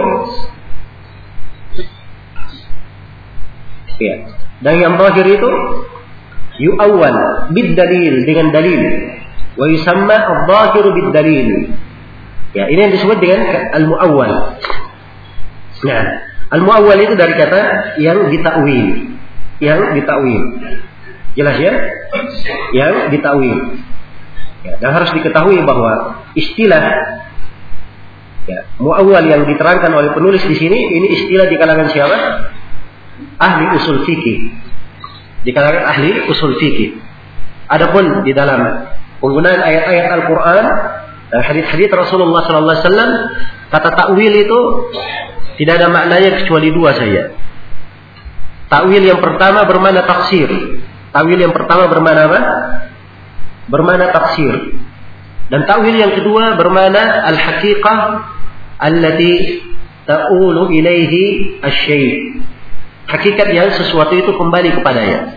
Ya. Dan yang zahir itu yu'awwal bid-dalil, dengan dalil. Wa yusamma adh-dhahiru bid-dalil. Ya, ini yang disebut dengan al-muawwal. Nah, al-muawwal itu dari kata yang ditakwil. Yang ditakwil. Jelas ya? Yang ditakwil. Ya, dan harus diketahui bahwa istilah ya, muawwal yang diterangkan oleh penulis di sini ini istilah di kalangan siapa? Ahli usul fikih. Di kalangan ahli usul fikih. Adapun di dalam penggunaan ayat-ayat Al-Qur'an dan hadis-hadis Rasulullah sallallahu alaihi wasallam, kata takwil itu tidak ada maknanya kecuali dua saja. Takwil yang pertama bermakna tafsir. Takwil yang pertama bermakna apa? Bermakna tafsir. Dan takwil yang kedua bermakna al-haqiqah allati ta'ulu ilaihi asy-syai'. Hakikat yang sesuatu itu kembali kepadanya.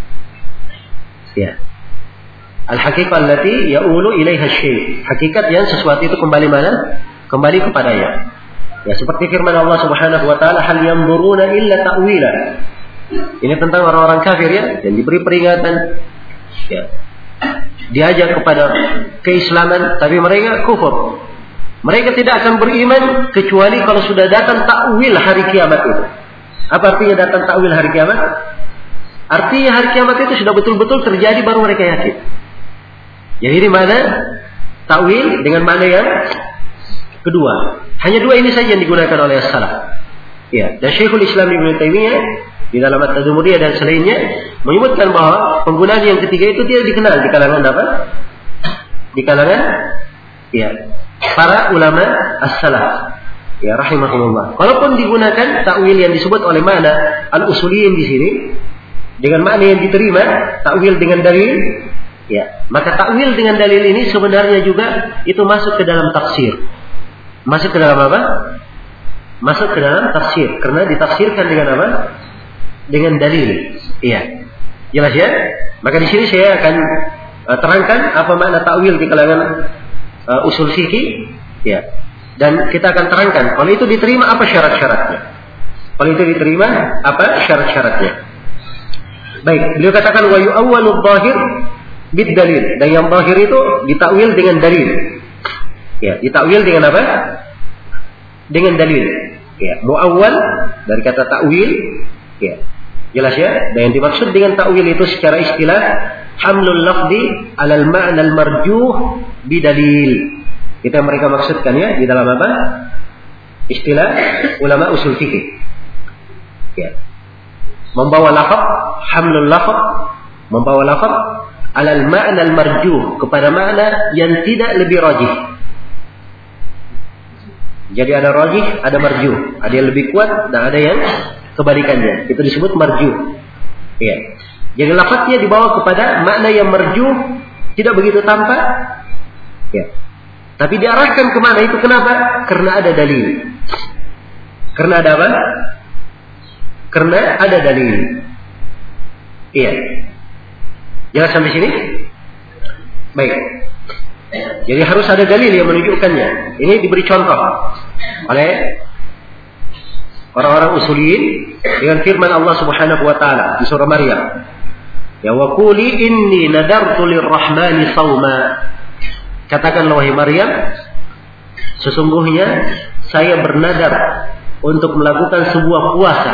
Ya. Al-haqiqah allati ya'ulu ilaiha asy-syai'. Hakikat yang sesuatu itu kembali mana? Kembali kepadanya. Ya, seperti firman Allah Subhanahu wa taala, hal yanzuruna illa ta'wila. Ini tentang orang-orang kafir ya, yang diberi peringatan, ya, diajak kepada keislaman, tapi mereka kufur. Mereka tidak akan beriman kecuali kalau sudah datang takwil hari kiamat itu. Apa artinya datang takwil hari kiamat? Artinya hari kiamat itu sudah betul-betul terjadi baru mereka yakin. Jadi ini mana takwil dengan mana yang kedua. Hanya dua ini saja yang digunakan oleh as-salaf. Ya, dan Syekhul Islam Ibnu Taimiyah di dalam At-Tadmuriyah dan selainnya menyebutkan bahwa penggunaan yang ketiga itu tidak dikenal di kalangan apa? Di kalangan ya, para ulama as-salaf. Ya, rahimahumullah. Kalaupun digunakan takwil yang disebut oleh makna al-usuliyin di sini dengan makna yang diterima, takwil dengan dalil, ya, maka takwil dengan dalil ini sebenarnya juga itu masuk ke dalam tafsir. Masuk ke dalam apa? Masuk ke dalam tafsir, karena ditafsirkan dengan apa? Dengan dalil. Iya. Jelas ya? Maka di sini saya akan uh, terangkan apa makna takwil di kalangan uh, usul fikih, ya. Dan kita akan terangkan kalau itu diterima apa syarat-syaratnya. Kalau itu diterima apa syarat-syaratnya. Baik, beliau katakan wa yu'awwalu adh-dhahir bid dalil. Dan yang zahir itu ditakwil dengan dalil. Ya, ditakwil dengan apa? Dengan dalil. Ya, muawwal dari kata takwil, ya. Jelas ya? Dan yang dimaksud dengan takwil itu secara istilah hamlul lafzi 'alal ma'na al-marjuh bidalil. Itu yang mereka maksudkan ya di dalam apa? Istilah ulama usul fikih. Ya. Membawa lafaz, hamlul lafaz, membawa lafaz 'alal ma'na al-marjuh, kepada makna yang tidak lebih rajih. Jadi ada rajih, ada marjuh, ada yang lebih kuat dan ada yang kebalikannya. Itu disebut marjuh. Ya. Jadi lafaznya dibawa kepada makna yang marjuh, tidak begitu tampak. Ya. Tapi diarahkan ke mana itu, kenapa? Karena ada dalil. Karena ada apa? Karena ada dalil. Iya. Jelas sampai sini? Baik. Jadi harus ada dalil yang menunjukkannya. Ini diberi contoh oleh orang-orang usuliyin dengan firman Allah Subhanahu wa taala di surah Maryam. Ya wa quli inni nadartu lirrahmani shauma. Katakanlah wahai Maryam, sesungguhnya saya bernadar untuk melakukan sebuah puasa.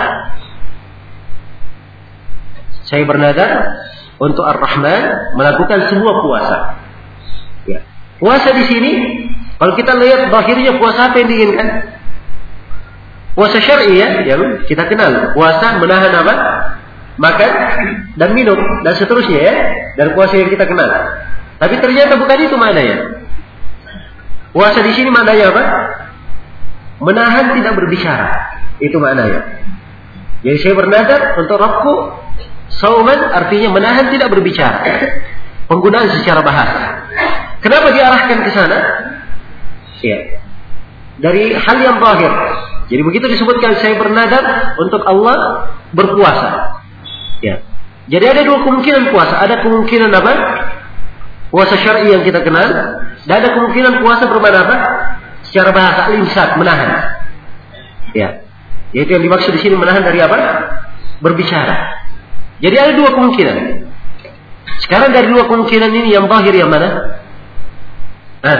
Saya bernadar untuk Ar-Rahman melakukan sebuah puasa. Ya. Puasa di sini, kalau kita lihat zahirnya puasa apa yang diinginkan? Puasa syar'i ya, yang kita kenal. Puasa menahan apa? makan dan minum dan seterusnya ya, dan puasa yang kita kenal. Tapi ternyata bukan itu maknanya. Puasa di sini maknanya apa? Menahan tidak berbicara. Itu maknanya. Jadi saya bernadar untuk Rabbku sauman, artinya menahan tidak berbicara. Penggunaan secara bahasa. Kenapa diarahkan ke sana? Ya. Dari hal yang zahir. Jadi begitu disebutkan saya bernadar untuk Allah berpuasa. Ya. Jadi ada dua kemungkinan puasa. Ada kemungkinan apa? Puasa syar'i yang kita kenal. Dan ada kemungkinan puasa bermakna apa? Secara bahasa al-imsak, menahan. Ya. Yaitu yang dimaksud di sini menahan dari apa? Berbicara. Jadi ada dua kemungkinan. Sekarang dari dua kemungkinan ini yang zahir yang mana? Nah.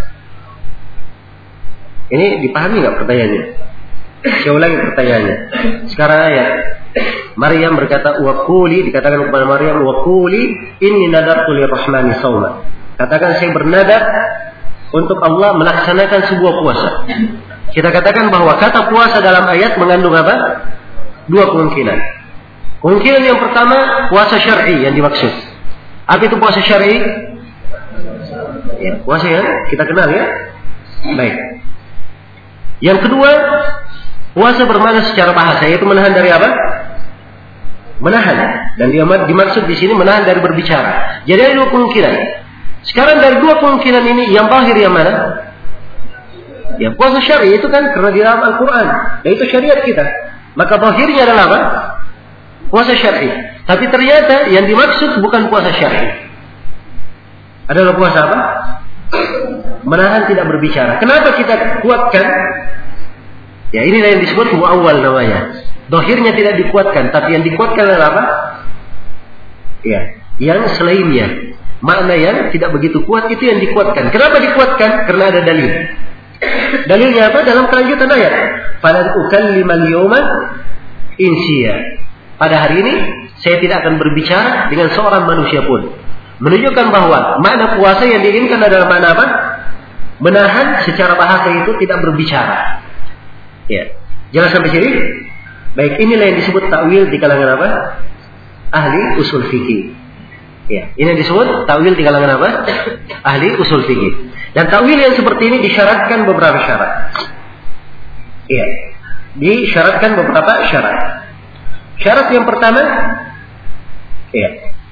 Ini dipahami enggak pertanyaannya? Saya ulangi pertanyaannya. Sekarang ayat. Maryam berkata, "Wa quli," dikatakan kepada Maryam, "Wa quli inni nadartu lirrahmani shauma." Katakan saya bernadar untuk Allah melaksanakan sebuah puasa. Kita katakan bahwa kata puasa dalam ayat mengandung apa? Dua kemungkinan. Kemungkinan yang pertama puasa syar'i yang dimaksud. Apa itu puasa syar'i? Ya, puasa yang kita kenal ya. Baik. Yang kedua, puasa bermakna secara bahasa, yaitu menahan dari apa? Menahan. Dan dia dimaksud di sini menahan dari berbicara. Jadi ada dua kemungkinan. Sekarang dari dua kemungkinan ini yang zahir yang mana? Ya, puasa syar'i itu kan karena di dalam Al-Quran. Dan itu syariat kita. Maka zahirnya adalah apa? Puasa syar'i. Tapi ternyata yang dimaksud bukan puasa syar'i. Adalah puasa apa? Menahan tidak berbicara. Kenapa kita kuatkan? Ya, inilah yang disebut mu'awwal namanya. Zahirnya tidak dikuatkan, tapi yang dikuatkan adalah apa? Ya, yang selainnya. Makna yang tidak begitu kuat itu yang dikuatkan. Kenapa dikuatkan? Karena ada dalil. Dalilnya apa? Dalam kelanjutan ayat. Falan ukallimal yawma insiya. Pada hari ini saya tidak akan berbicara dengan seorang manusia pun. Menunjukkan bahwa makna puasa yang diinginkan adalah makna apa? Menahan secara bahasa itu tidak berbicara. Ya. Jelas sampai sini? Baik, inilah yang disebut takwil di kalangan apa? Ahli usul fikih. Ya, ini yang disebut takwil di kalangan apa? Ahli usul fikih. Dan takwil yang seperti ini disyaratkan beberapa syarat. Ya, disyaratkan beberapa syarat. Syarat yang pertama, ya.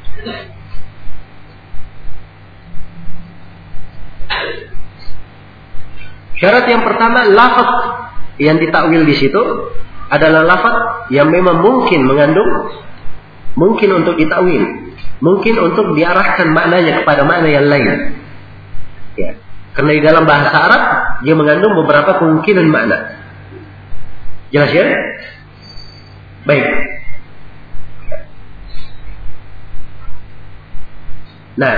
Syarat yang pertama, lafaz yang ditakwil di situ adalah lafaz yang memang mungkin mengandung, mungkin untuk ditakwil, mungkin untuk diarahkan maknanya kepada makna yang lain. Ya. Karena di dalam bahasa Arab dia mengandung beberapa kemungkinan makna. Jelas ya? Baik. Nah,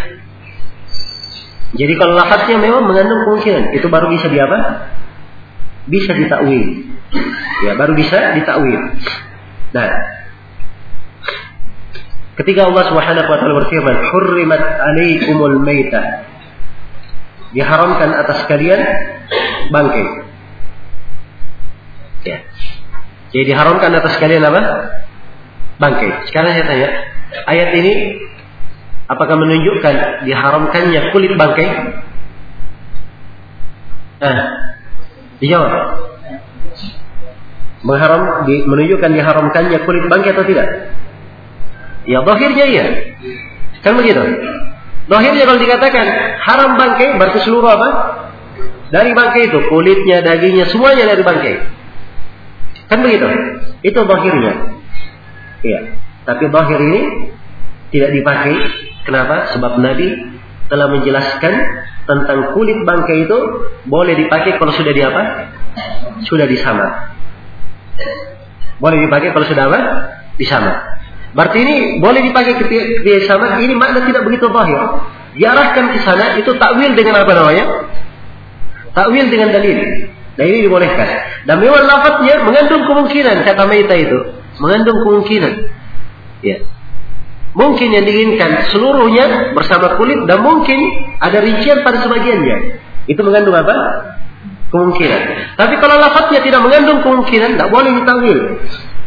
jadi kalau lafaznya memang mengandung kemungkinan, itu baru bisa di apa? Bisa ditakwil. Ya, baru bisa ditakwil. Nah, ketika Allah Subhanahu wa taala berfirman, "Hurrimat 'alaikumul maitah." Diharamkan atas kalian bangkai. Ya. Jadi diharamkan atas kalian apa? Bangkai. Sekarang saya tanya, ayat ini apakah menunjukkan diharamkannya kulit bangkai? Nah, dijawab. Mengharam, di, menunjukkan diharamkannya kulit bangkai atau tidak? Ya, zahirnya iya. Kan begitu? Zahirnya kalau dikatakan haram bangkai, berarti seluruh apa? Dari bangkai itu, kulitnya, dagingnya, semuanya dari bangkai. Kan begitu? Itu zahirnya. Iya. Tapi zahir ini tidak dipakai. Kenapa? Sebab Nabi telah menjelaskan tentang kulit bangkai itu boleh dipakai kalau sudah di apa? Sudah disamar. Boleh dipakai kalau sudah apa? Disamar. Berarti ini boleh dipakai ketika samar. Ini makna tidak begitu zahir. Diarahkan ke sana itu takwil dengan apa namanya? Takwil dengan dalil. Dan ini dibolehkan. Dan memang lafadznya mengandung kemungkinan, kata maita itu mengandung kemungkinan. Ya. Mungkin yang diinginkan seluruhnya bersama kulit, dan mungkin ada rincian pada sebagiannya. Itu mengandung apa? Kemungkinan. Tapi kalau lafadznya tidak mengandung kemungkinan, tidak boleh ditakwil.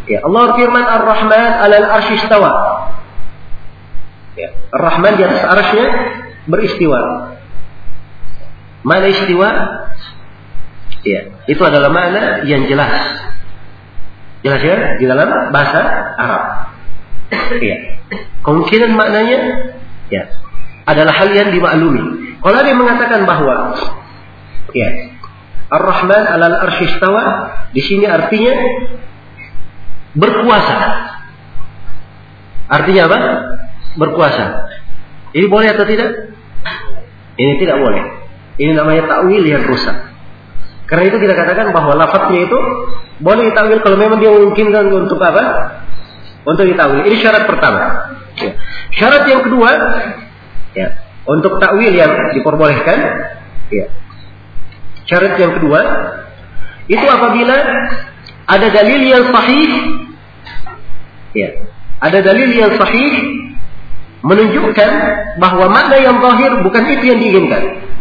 Ya, Allah firman Ar-Rahman 'alal arsy istawa. Ya, Ar-Rahman di atas arsy-Nya beristiwa. Mana istiwa? Ya, itu adalah makna yang jelas. Jelas ya di dalam bahasa Arab. Ya. Kemungkinan maknanya ya adalah hal yang dimaklumi. Kalau ada yang mengatakan bahwa ya Ar-Rahman 'alal arsy istawa di sini artinya berkuasa. Artinya apa? Berkuasa. Ini boleh atau tidak? Ini tidak boleh. Ini namanya takwil yang rusak. Karena itu kita katakan bahwa lafadznya itu boleh ditakwil kalau memang dia memungkinkan untuk apa? Untuk ditakwil. Ini syarat pertama. Ya. Syarat yang kedua, ya, untuk takwil yang diperbolehkan, ya. Syarat yang kedua itu apabila ada dalil yang sahih, ya, ada dalil yang sahih menunjukkan bahwa makna yang zahir bukan itu yang diinginkan.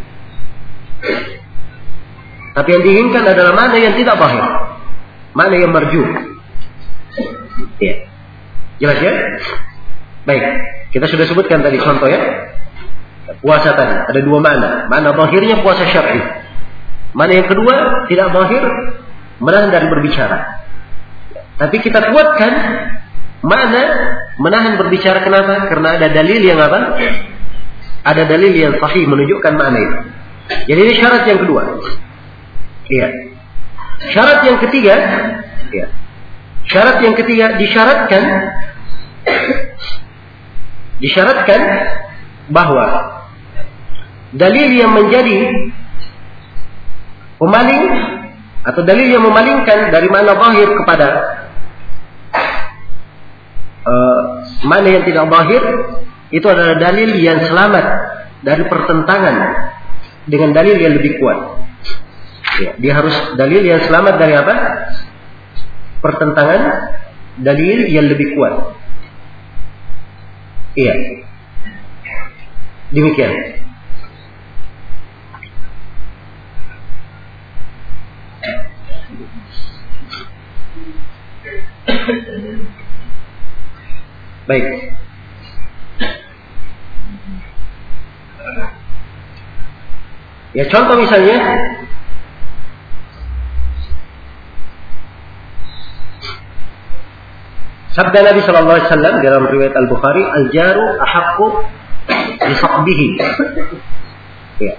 Tapi yang diinginkan adalah makna yang tidak zahir, makna yang marjuh. Ya. Jelas ya? Baik, kita sudah sebutkan tadi contoh ya. Puasa tadi ada dua makna. Makna zahirnya puasa syar'i. Makna yang kedua tidak zahir, menahan dari berbicara. Tapi kita kuatkan makna menahan berbicara. Kenapa? Karena ada dalil yang apa? Ada dalil yang sahih menunjukkan makna itu. Jadi ini syarat yang kedua. Iya. Syarat yang ketiga, ya. Syarat yang ketiga disyaratkan disyaratkan bahwa dalil yang menjadi pemaling atau dalil yang memalingkan dari makna zahir kepada uh, makna yang tidak zahir itu adalah dalil yang selamat dari pertentangan dengan dalil yang lebih kuat. Ya, dia harus dalil yang selamat dari apa? Pertentangan dalil yang lebih kuat. Iya. Demikian. Baik. Ya, contoh misalnya sabda Nabi sallallahu alaihi wasallam dalam riwayat Al-Bukhari, al-jaru ahaqqu bi sahbihi. Ya.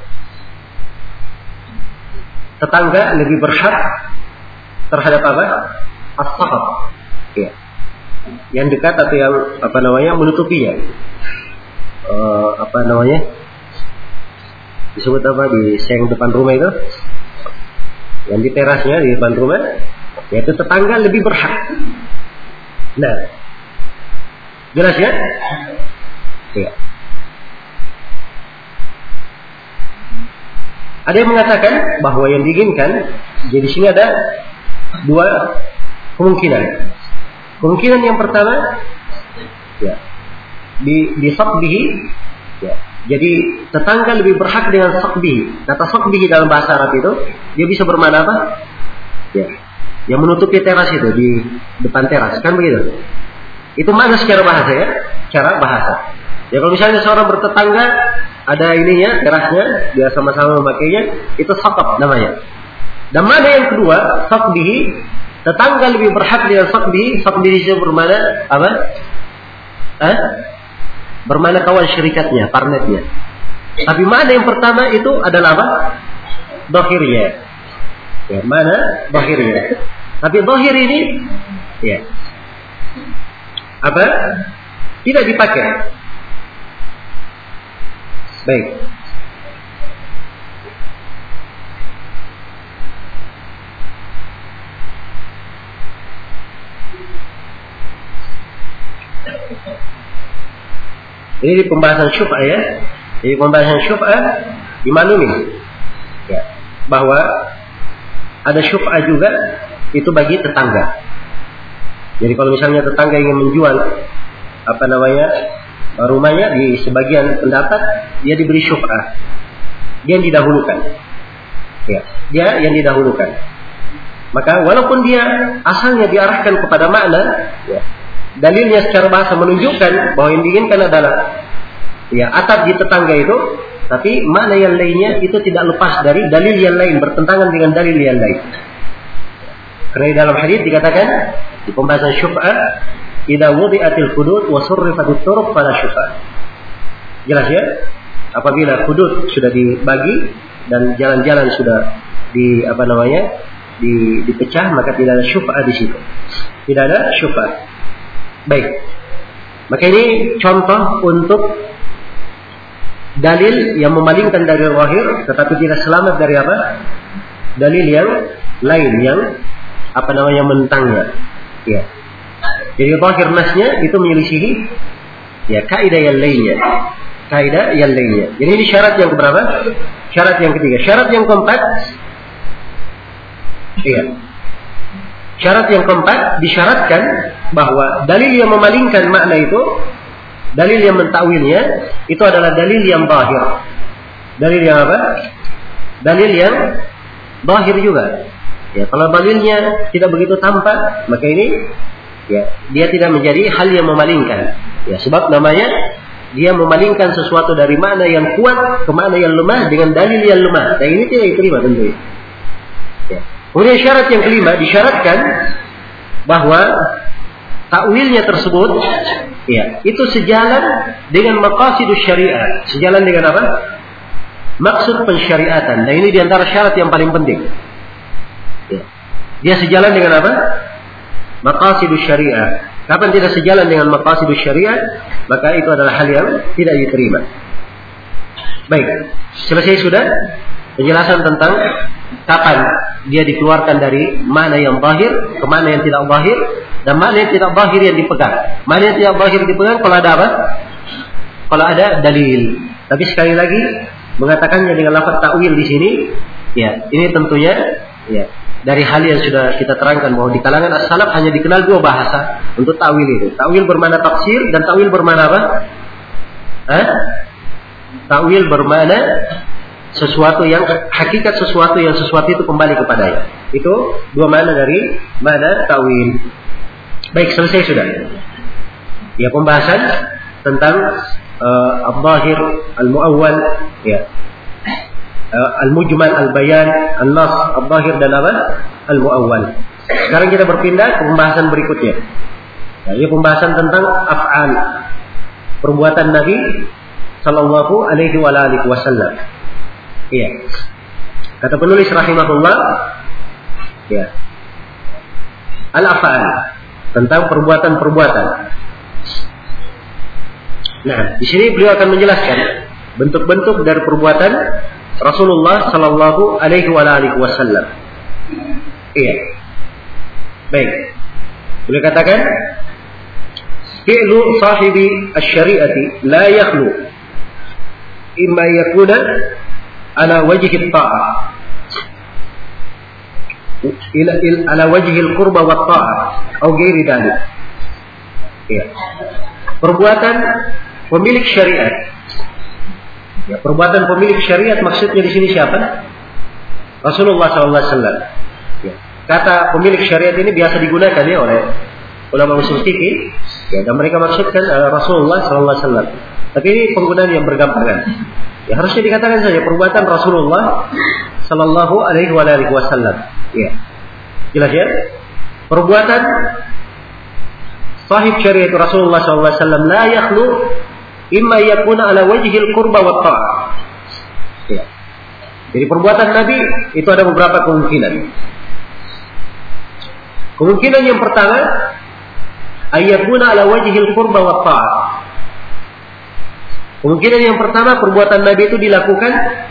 Tetangga lebih berhak terhadap apa? As-sahab. Ya. Yang dekat atau yang apa namanya menutupinya. Uh, apa namanya? Disebut apa di seng depan rumah itu? Yang di terasnya di depan rumah, yaitu tetangga lebih berhak. Nah, jelas ya? Ya. Ada yang mengatakan bahwa yang diinginkan, jadi sini ada dua kemungkinan. Kemungkinan yang pertama, ya, di di saqbihi, ya. Jadi tetangga lebih berhak dengan saqbihi. Kata saqbihi dalam bahasa Arab itu, dia bisa bermakna apa? Ya. Yang menutupi teras itu di depan teras, kan begitu? Itu mana secara bahasa ya? Cara bahasa. Ya kalau misalnya seorang bertetangga ada ininya terasnya, dia sama-sama memakainya, itu saqab namanya. Dan mana yang kedua, saqbihi, tetangga lebih berhak dengan saqbihi. Saqbihi itu bermakna apa? Eh? Bermakna kawan syirikatnya, partnernya. Tapi mana yang pertama itu adalah apa? Dhahirnya. Ya, mana dhahirnya? Tapi dhahir ini ya. Apa? Tidak dipakai. Baik. Ini di pembahasan syubhah ya. Di pembahasan syubhah dimaklumi ya, bahwa ada syubhah juga itu bagi tetangga. Jadi kalau misalnya tetangga ingin menjual apa namanya rumahnya, di sebagian pendapat dia diberi syubhah, dia yang didahulukan. Ya, dia yang didahulukan. Maka walaupun dia asalnya diarahkan kepada makna, ya, dalilnya secara bahasa menunjukkan bahwa yang diinginkan adalah ya atap di tetangga itu, tapi makna yang lainnya itu tidak lepas dari dalil yang lain, bertentangan dengan dalil yang lain. Karena di dalam hadis dikatakan di pembahasan syuf'ah, idza wudi'atil hudud wa surrifatit turuq fala syuf'ah. Jelas ya? Apabila hudud sudah dibagi dan jalan-jalan sudah di apa namanya? Di, dipecah, maka tidak ada syuf'ah di situ. Tidak ada syuf'ah. Baik. Maka ini contoh untuk dalil yang memalingkan dari zahir tetapi tidak selamat dari apa? Dalil yang lain yang apa namanya mentangnya. Ya. Jadi zahir nasnya itu menyelisihi ya kaidah yang lainnya. Kaidah yang lainnya. Jadi ini syarat yang keberapa? Syarat yang ketiga. Syarat yang keempat, iya. Syarat yang keempat disyaratkan bahwa dalil yang memalingkan makna itu, dalil yang mentakwilnya itu adalah dalil yang zahir. Dalil yang apa? Dalil yang zahir juga. Ya, kalau dalilnya tidak begitu tampak, maka ini ya dia tidak menjadi hal yang memalingkan. Ya, sebab namanya dia memalingkan sesuatu dari makna yang kuat ke makna yang lemah dengan dalil yang lemah. Dan ini tidak diterima tentu. Ya. Kemudian syarat yang kelima disyaratkan bahwa takwilnya tersebut ya, itu sejalan dengan maqasidus syariat. Sejalan dengan apa? Maksud pensyariatan. Nah, ini diantara syarat yang paling penting. Ya. Dia sejalan dengan apa? Maqasidus syariat. Kapan tidak sejalan dengan maqasidus syariat, maka itu adalah hal yang tidak diterima. Baik, selesai sudah penjelasan tentang kapan dia dikeluarkan dari mana yang zahir ke mana yang tidak zahir, dan mana yang tidak zahir yang dipegang. Mana yang tidak zahir dipegang kalau ada apa? Kalau ada dalil. Tapi sekali lagi mengatakannya dengan lafaz ta'wil di sini, ya, ini tentunya ya dari hal yang sudah kita terangkan bahwa di kalangan as-salaf hanya dikenal dua bahasa untuk ta'wil itu. Ta'wil bermakna tafsir dan ta'wil bermakna apa? Hah? Ta'wil bermakna sesuatu yang hakikat sesuatu yang sesuatu itu kembali kepadanya. Itu dua makna dari makna ta'wil. Baik, selesai sudah. Ya, pembahasan tentang uh, al-zahir, al-mu'awwal, ya. Uh, al-mujmal, al-bayan, al-nas, al-zahir dan apa? Al-mu'awwal. Sekarang kita berpindah ke pembahasan berikutnya. Ya, ini pembahasan tentang af'al, perbuatan Nabi sallallahu alaihi wa alihi wasallam. Iya. Kata penulis rahimahullah, ya. Al-af'al, tentang perbuatan-perbuatan. Nah, di sini beliau akan menjelaskan bentuk-bentuk dari perbuatan Rasulullah sallallahu alaihi wa alihi wasallam. Iya. Baik. Beliau katakan, fi'lu sahibi asy-syari'ati la yakhlu imma yakuna ala wajhi at-ta'ah ila ala wajhi al-qurba wa at-ta'ah atau ghairi dzalik. Iya. Perbuatan pemilik syariat. Ya, perbuatan pemilik syariat maksudnya di sini siapa? Rasulullah sallallahu alaihi wasallam. Ya. Kata pemilik syariat ini biasa digunakan ya oleh ulama usul fikih, ya, dan mereka maksudkan uh, Rasulullah sallallahu alaihi wasallam. Tapi ini penggunaan yang bergampangan. Ya, harusnya dikatakan saja perbuatan Rasulullah sallallahu alaihi wasallam. Ya. Jelas ya? Perbuatan sahib syariat Rasulullah sallallahu alaihi wasallam la yakhlu imma yakuna ala wajhil qurba wa ta'ah. Ya. Jadi perbuatan Nabi itu ada beberapa kemungkinan. Kemungkinan yang pertama, ayyakuna ala wajhil qurba wa ta'ah. Kemungkinan yang pertama, perbuatan Nabi itu dilakukan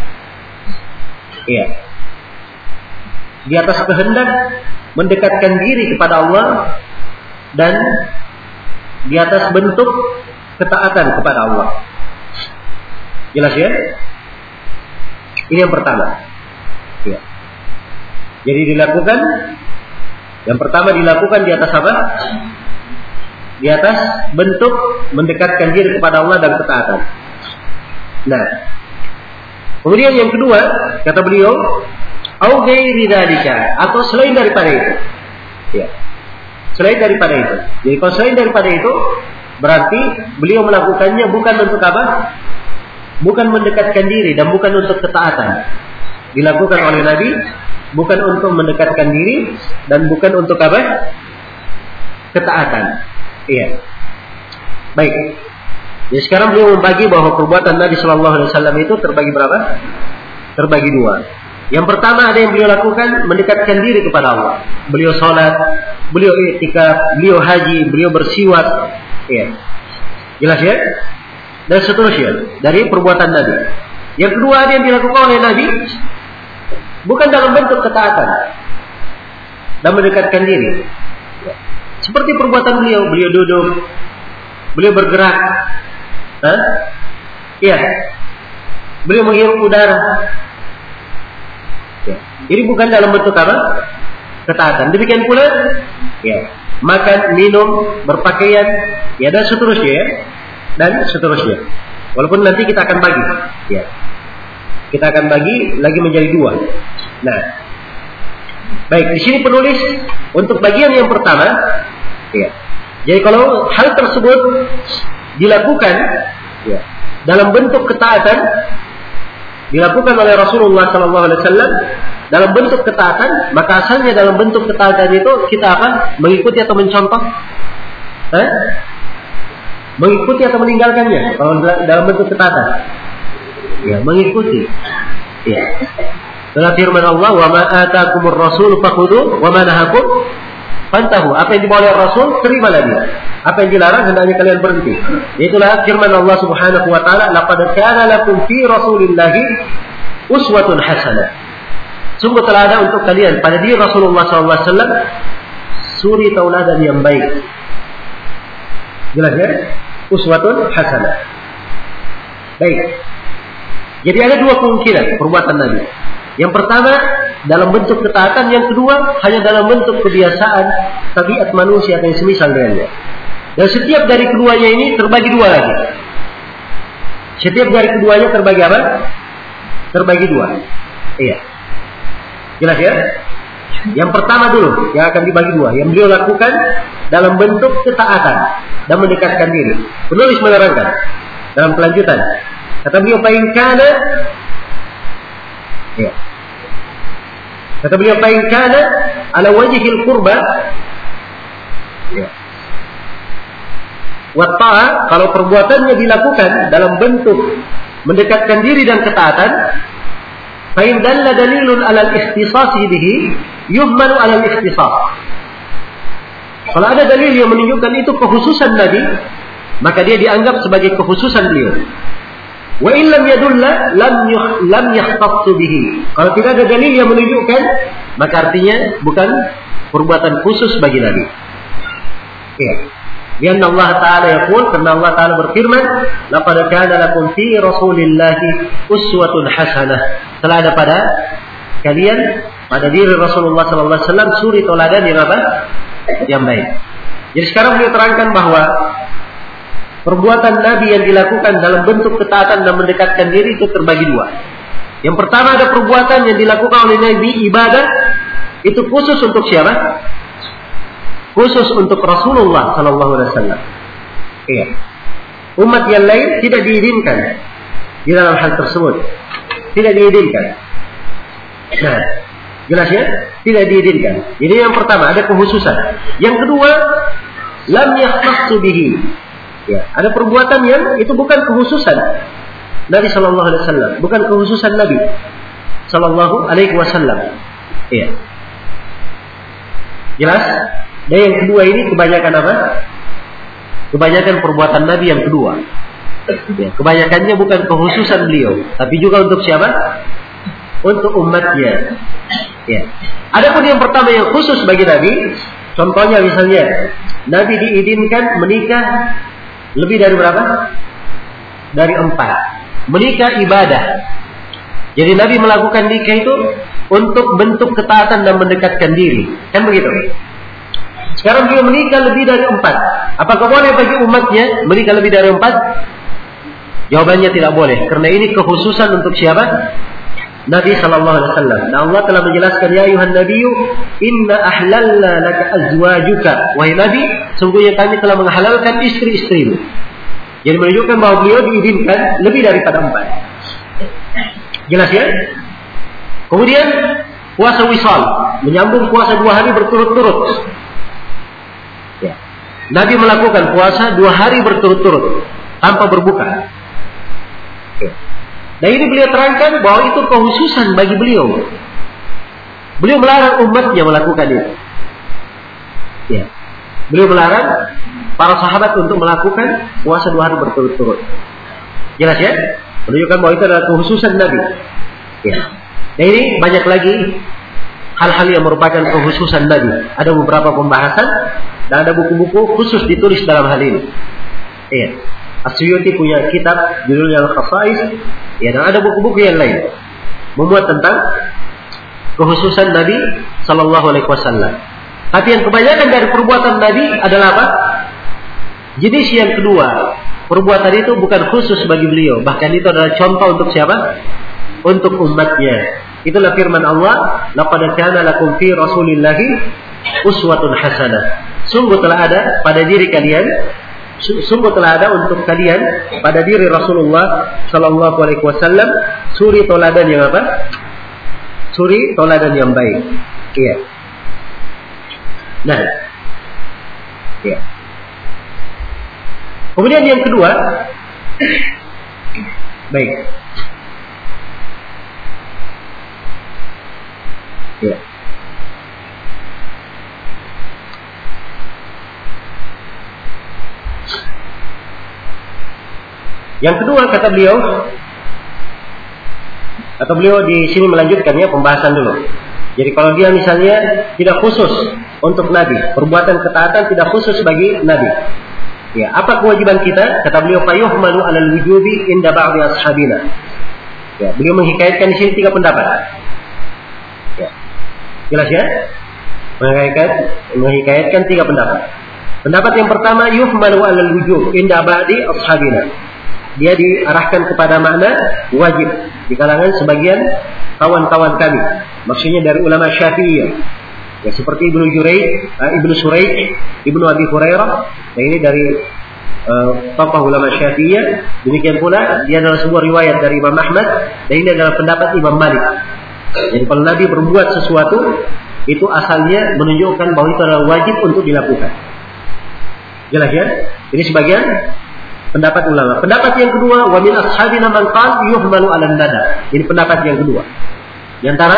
ya, di atas kehendak mendekatkan diri kepada Allah dan di atas bentuk ketaatan kepada Allah. Jelas ya? Ini yang pertama. Ya. Jadi dilakukan, yang pertama dilakukan di atas apa? Di atas bentuk mendekatkan diri kepada Allah dan ketaatan. Nah, kemudian yang kedua, kata beliau, au ghairi dzalika, atau selain daripada itu. Ya. Selain daripada itu. Jadi kalau selain daripada itu, berarti beliau melakukannya bukan untuk apa? Bukan mendekatkan diri dan bukan untuk ketaatan. Dilakukan oleh Nabi bukan untuk mendekatkan diri dan bukan untuk apa? Ketaatan. Iya. Baik. Jadi sekarang beliau membagi bahwa perbuatan Nabi Shallallahu Alaihi Wasallam itu terbagi berapa? Terbagi dua. Yang pertama ada yang beliau lakukan mendekatkan diri kepada Allah. Beliau sholat, beliau i'tikaf, beliau haji, beliau bersiwak. Iya. Jelas ya? Dan seterusnya dari perbuatan Nabi. Yang kedua ada yang dilakukan oleh Nabi bukan dalam bentuk ketaatan dan mendekatkan diri. Seperti perbuatan beliau, beliau duduk, beliau bergerak, Hah? Iya, beliau menghirup udara. Ya. Ini bukan dalam bentuk apa? Ketaatan. Demikian pula, ya, makan, minum, berpakaian, ya dan seterusnya, ya. Dan seterusnya. Walaupun nanti kita akan bagi, ya. Kita akan bagi lagi menjadi dua. Nah, baik, di sini penulis untuk bagian yang pertama, ya. Jadi kalau hal tersebut dilakukan, ya, dalam bentuk ketaatan, dilakukan oleh Rasulullah Sallallahu Alaihi Wasallam dalam bentuk ketaatan, maka asalnya dalam bentuk ketaatan itu kita apa? Mengikuti atau mencontoh? Eh? Mengikuti atau meninggalkannya? Kalau dalam bentuk ketaatan, ya mengikuti. Ya. Dalam firman Allah, wa ma atakumur rasul fakhudhu wa ma nahakum fantahu. Apa yang dibawa oleh Rasul, terimalah dia. Apa yang dilarang, hendaknya kalian berhenti. Itulah firman Allah Subhanahu wa taala, laqad kana lakum fi rasulillahi uswatun hasanah. Sungguh telah ada untuk kalian pada diri Rasulullah sallallahu alaihi wasallam suri tauladan yang baik. Jelas ya? Uswatun hasanah. Baik. Jadi ada dua kemungkinan perbuatan Nabi. Yang pertama dalam bentuk ketaatan, yang kedua hanya dalam bentuk kebiasaan tabiat manusia yang semisal dengannya. Dan setiap dari keduanya ini terbagi dua lagi. Setiap dari keduanya terbagi apa? Terbagi dua. Iya. Jelas ya? Yang pertama dulu yang akan dibagi dua, yang beliau lakukan dalam bentuk ketaatan dan mendekatkan diri. Penulis menerangkan dalam kelanjutan. Kata beliau, "Fa in kana" ya. Kata beliau, "Fa in kana ala wajhil qurba" ya. Wa ta'a, kalau perbuatannya dilakukan dalam bentuk mendekatkan diri dan ketaatan, fa in dalla dalilun ala al-ikhtisas bihi yuhmalu ala al-ikhtisas. Kalau ada dalil yang menunjukkan itu kekhususan Nabi, maka dia dianggap sebagai kekhususan beliau. Wa in lam yadulla lam yuh, lam yakhtassu bihi. Kalau tidak ada dalil yang menunjukkan, maka artinya bukan perbuatan khusus bagi Nabi. Ya. Karena Allah Ta'ala yaqul, karena Allah Ta'ala berfirman, laqad kana lakum fi rasulillahi uswatun hasanah. Telah ada pada kalian, pada diri Rasulullah sallallahu alaihi wasallam suri tauladan yang apa? Yang baik. Jadi sekarang beliau terangkan bahwa perbuatan Nabi yang dilakukan dalam bentuk ketaatan dan mendekatkan diri itu terbagi dua. Yang pertama ada perbuatan yang dilakukan oleh Nabi, ibadah, itu khusus untuk siapa? Khusus untuk Rasulullah Sallallahu Alaihi Wasallam. Iya. Umat yang lain tidak diizinkan di dalam hal tersebut. Tidak diizinkan. Nah, jelas ya? Tidak diizinkan. Jadi yang pertama ada kekhususan. Yang kedua, lam yakhtassu bihi. Ya, ada perbuatan yang itu bukan kekhususan Nabi Sallallahu Alaihi Wasallam, bukan kekhususan Nabi Sallallahu Alaihi Wasallam. Iya. Jelas? Dan yang kedua ini kebanyakan apa? Kebanyakan perbuatan Nabi yang kedua. Ya, kebanyakannya bukan kekhususan beliau, tapi juga untuk siapa? Untuk umatnya. Ya. Adapun yang pertama yang khusus bagi Nabi, contohnya misalnya Nabi diizinkan menikah lebih dari berapa? Dari empat. Menikah ibadah. Jadi Nabi melakukan nikah itu untuk bentuk ketaatan dan mendekatkan diri. Kan begitu? Sekarang dia menikah lebih dari empat. Apakah boleh bagi umatnya menikah lebih dari empat? Jawabannya tidak boleh. Karena ini kekhususan untuk siapa? Nabi sallallahu alaihi wasallam. Dan Allah telah menjelaskan, ya ayuhan nabiyyu inna ahlalna laka azwajuka. Wahai Nabi, sungguhnya kami telah menghalalkan istri-istrimu. Jadi menunjukkan bahwa beliau diizinkan lebih daripada empat. Jelas ya? Kemudian puasa wisal, menyambung puasa dua hari berturut-turut. Ya. Nabi melakukan puasa dua hari berturut-turut tanpa berbuka. Ya. Dan ini beliau terangkan bahwa itu kehususan bagi beliau. Beliau melarang umatnya melakukan itu. Ya. Beliau melarang para sahabat untuk melakukan puasa dua hari berturut-turut. Jelas ya? Menunjukkan bahwa itu adalah kekhususan Nabi. Ya. Nah ini banyak lagi hal-hal yang merupakan kekhususan Nabi. Ada beberapa pembahasan dan ada buku-buku khusus ditulis dalam hal ini. Iya. As-Suyuti punya kitab judulnya Al-Khasa'is. Ya, dan ada buku-buku yang lain memuat tentang kekhususan Nabi Sallallahu Alaihi Wasallam. Tapi yang kebanyakan dari perbuatan Nabi adalah apa? Jenis yang kedua. Perbuatan itu bukan khusus bagi beliau, bahkan itu adalah contoh untuk siapa? Untuk umatnya. Itulah firman Allah, laqad kana lakum fi Rasulillahi uswatun hasanah. Sungguh telah ada pada diri kalian, sungguh telah ada untuk kalian pada diri Rasulullah sallallahu alaihi wasallam suri toladan yang apa? Suri toladan yang baik. Iya. Nah. Iya. Kemudian yang kedua, baik. Ya. Yang kedua kata beliau, atau beliau di sini melanjutkannya pembahasan dulu. Jadi kalau dia misalnya tidak khusus untuk Nabi, perbuatan ketaatan tidak khusus bagi Nabi. Ya, apa kewajiban kita? Kata beliau, fayuhmalu 'alal wujubi inda ba'di ashabina. Ya, beliau menghikayatkan di sini tiga pendapat. Ya. Jelas ya? Menghikayatkan, menghikayatkan tiga pendapat. Pendapat yang pertama, yuhmalu 'alal wujub inda ba'di ashabina. Dia diarahkan kepada makna wajib di kalangan sebagian kawan-kawan kami. Maksudnya dari ulama Syafi'iyah. Ya, seperti Ibnu Jurayj, uh, Ibnu Suraij, Ibnu Abi Hurairah. Nah, ini dari uh, tokoh ulama Syafi'iyah. Demikian pula dia adalah sebuah riwayat dari Imam Ahmad dan ini adalah pendapat Imam Malik. Jadi kalau Nabi berbuat sesuatu itu asalnya menunjukkan bahwa itu adalah wajib untuk dilakukan. Jelas ya? Ini sebagian pendapat ulama. Pendapat yang kedua, wa min ashabina man qala yuhmalu 'alan nada. Ini pendapat yang kedua. Di antara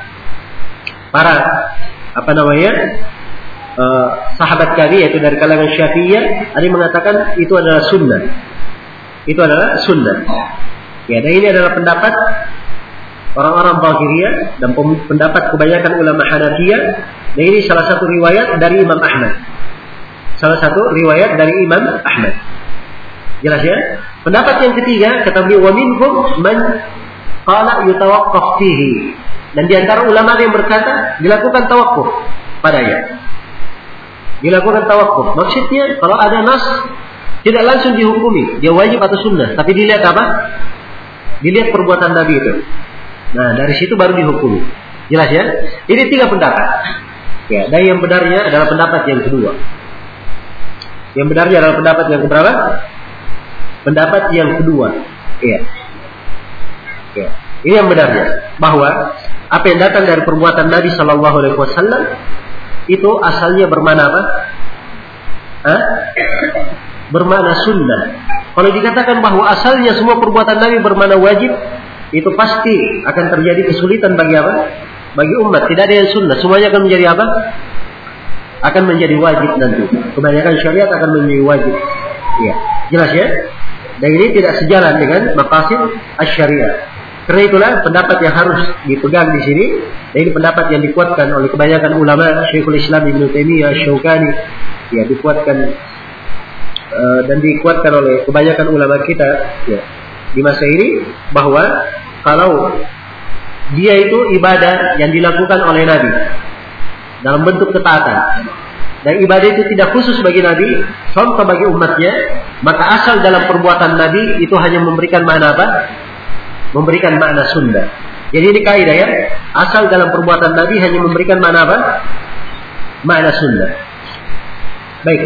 para apa namanya uh, sahabat kami yaitu dari kalangan Syafi'iyah, ada yang mengatakan itu adalah sunnah. Itu adalah sunnah. Ya, dan ini adalah pendapat orang-orang Zahiriyah dan pendapat kebanyakan ulama Hanafiyah. Dan ini salah satu riwayat dari Imam Ahmad. Salah satu riwayat dari Imam Ahmad. Jelas ya? Pendapat yang ketiga kata beliau, wa minhum man qala yutawaqqaf fihi. Dan di antara ulama yang berkata dilakukan tawakuf padanya. Dilakukan tawakuf. Maksudnya kalau ada nas tidak langsung dihukumi dia wajib atau sunnah, tapi dilihat apa? Dilihat perbuatan Nabi itu. Nah, dari situ baru dihukumi. Jelas ya? Ini tiga pendapat. Ya, dan yang benarnya adalah pendapat yang kedua. Yang benarnya adalah pendapat yang keberapa? Pendapat yang kedua. Iya. Ya. Ini yang benarnya, bahwa apa yang datang dari perbuatan Nabi Sallallahu Alaihi Wasallam itu asalnya bermakna apa? Hah? Bermakna sunnah. Kalau dikatakan bahwa asalnya semua perbuatan Nabi bermakna wajib, itu pasti akan terjadi kesulitan bagi apa? Bagi umat. Tidak ada yang sunnah. Semuanya akan menjadi apa? Akan menjadi wajib nanti. Kebanyakan syariat akan menjadi wajib. Iya, jelas ya? Dan ini tidak sejalan dengan maqasid asy-syariah. Karena itulah pendapat yang harus dipegang di sini. Dan ini pendapat yang dikuatkan oleh kebanyakan ulama, Syekhul Islam Ibnu Taimiyah, Syaukani, ya dikuatkan uh, dan dikuatkan oleh kebanyakan ulama kita, ya, di masa ini, bahwa kalau dia itu ibadah yang dilakukan oleh Nabi dalam bentuk ketaatan, dan ibadah itu tidak khusus bagi Nabi, contoh bagi umatnya, maka asal dalam perbuatan Nabi itu hanya memberikan makna apa? Memberikan makna sunnah. Jadi ini kaidah ya. Asal dalam perbuatan Nabi hanya memberikan makna apa? Makna sunnah. Baik.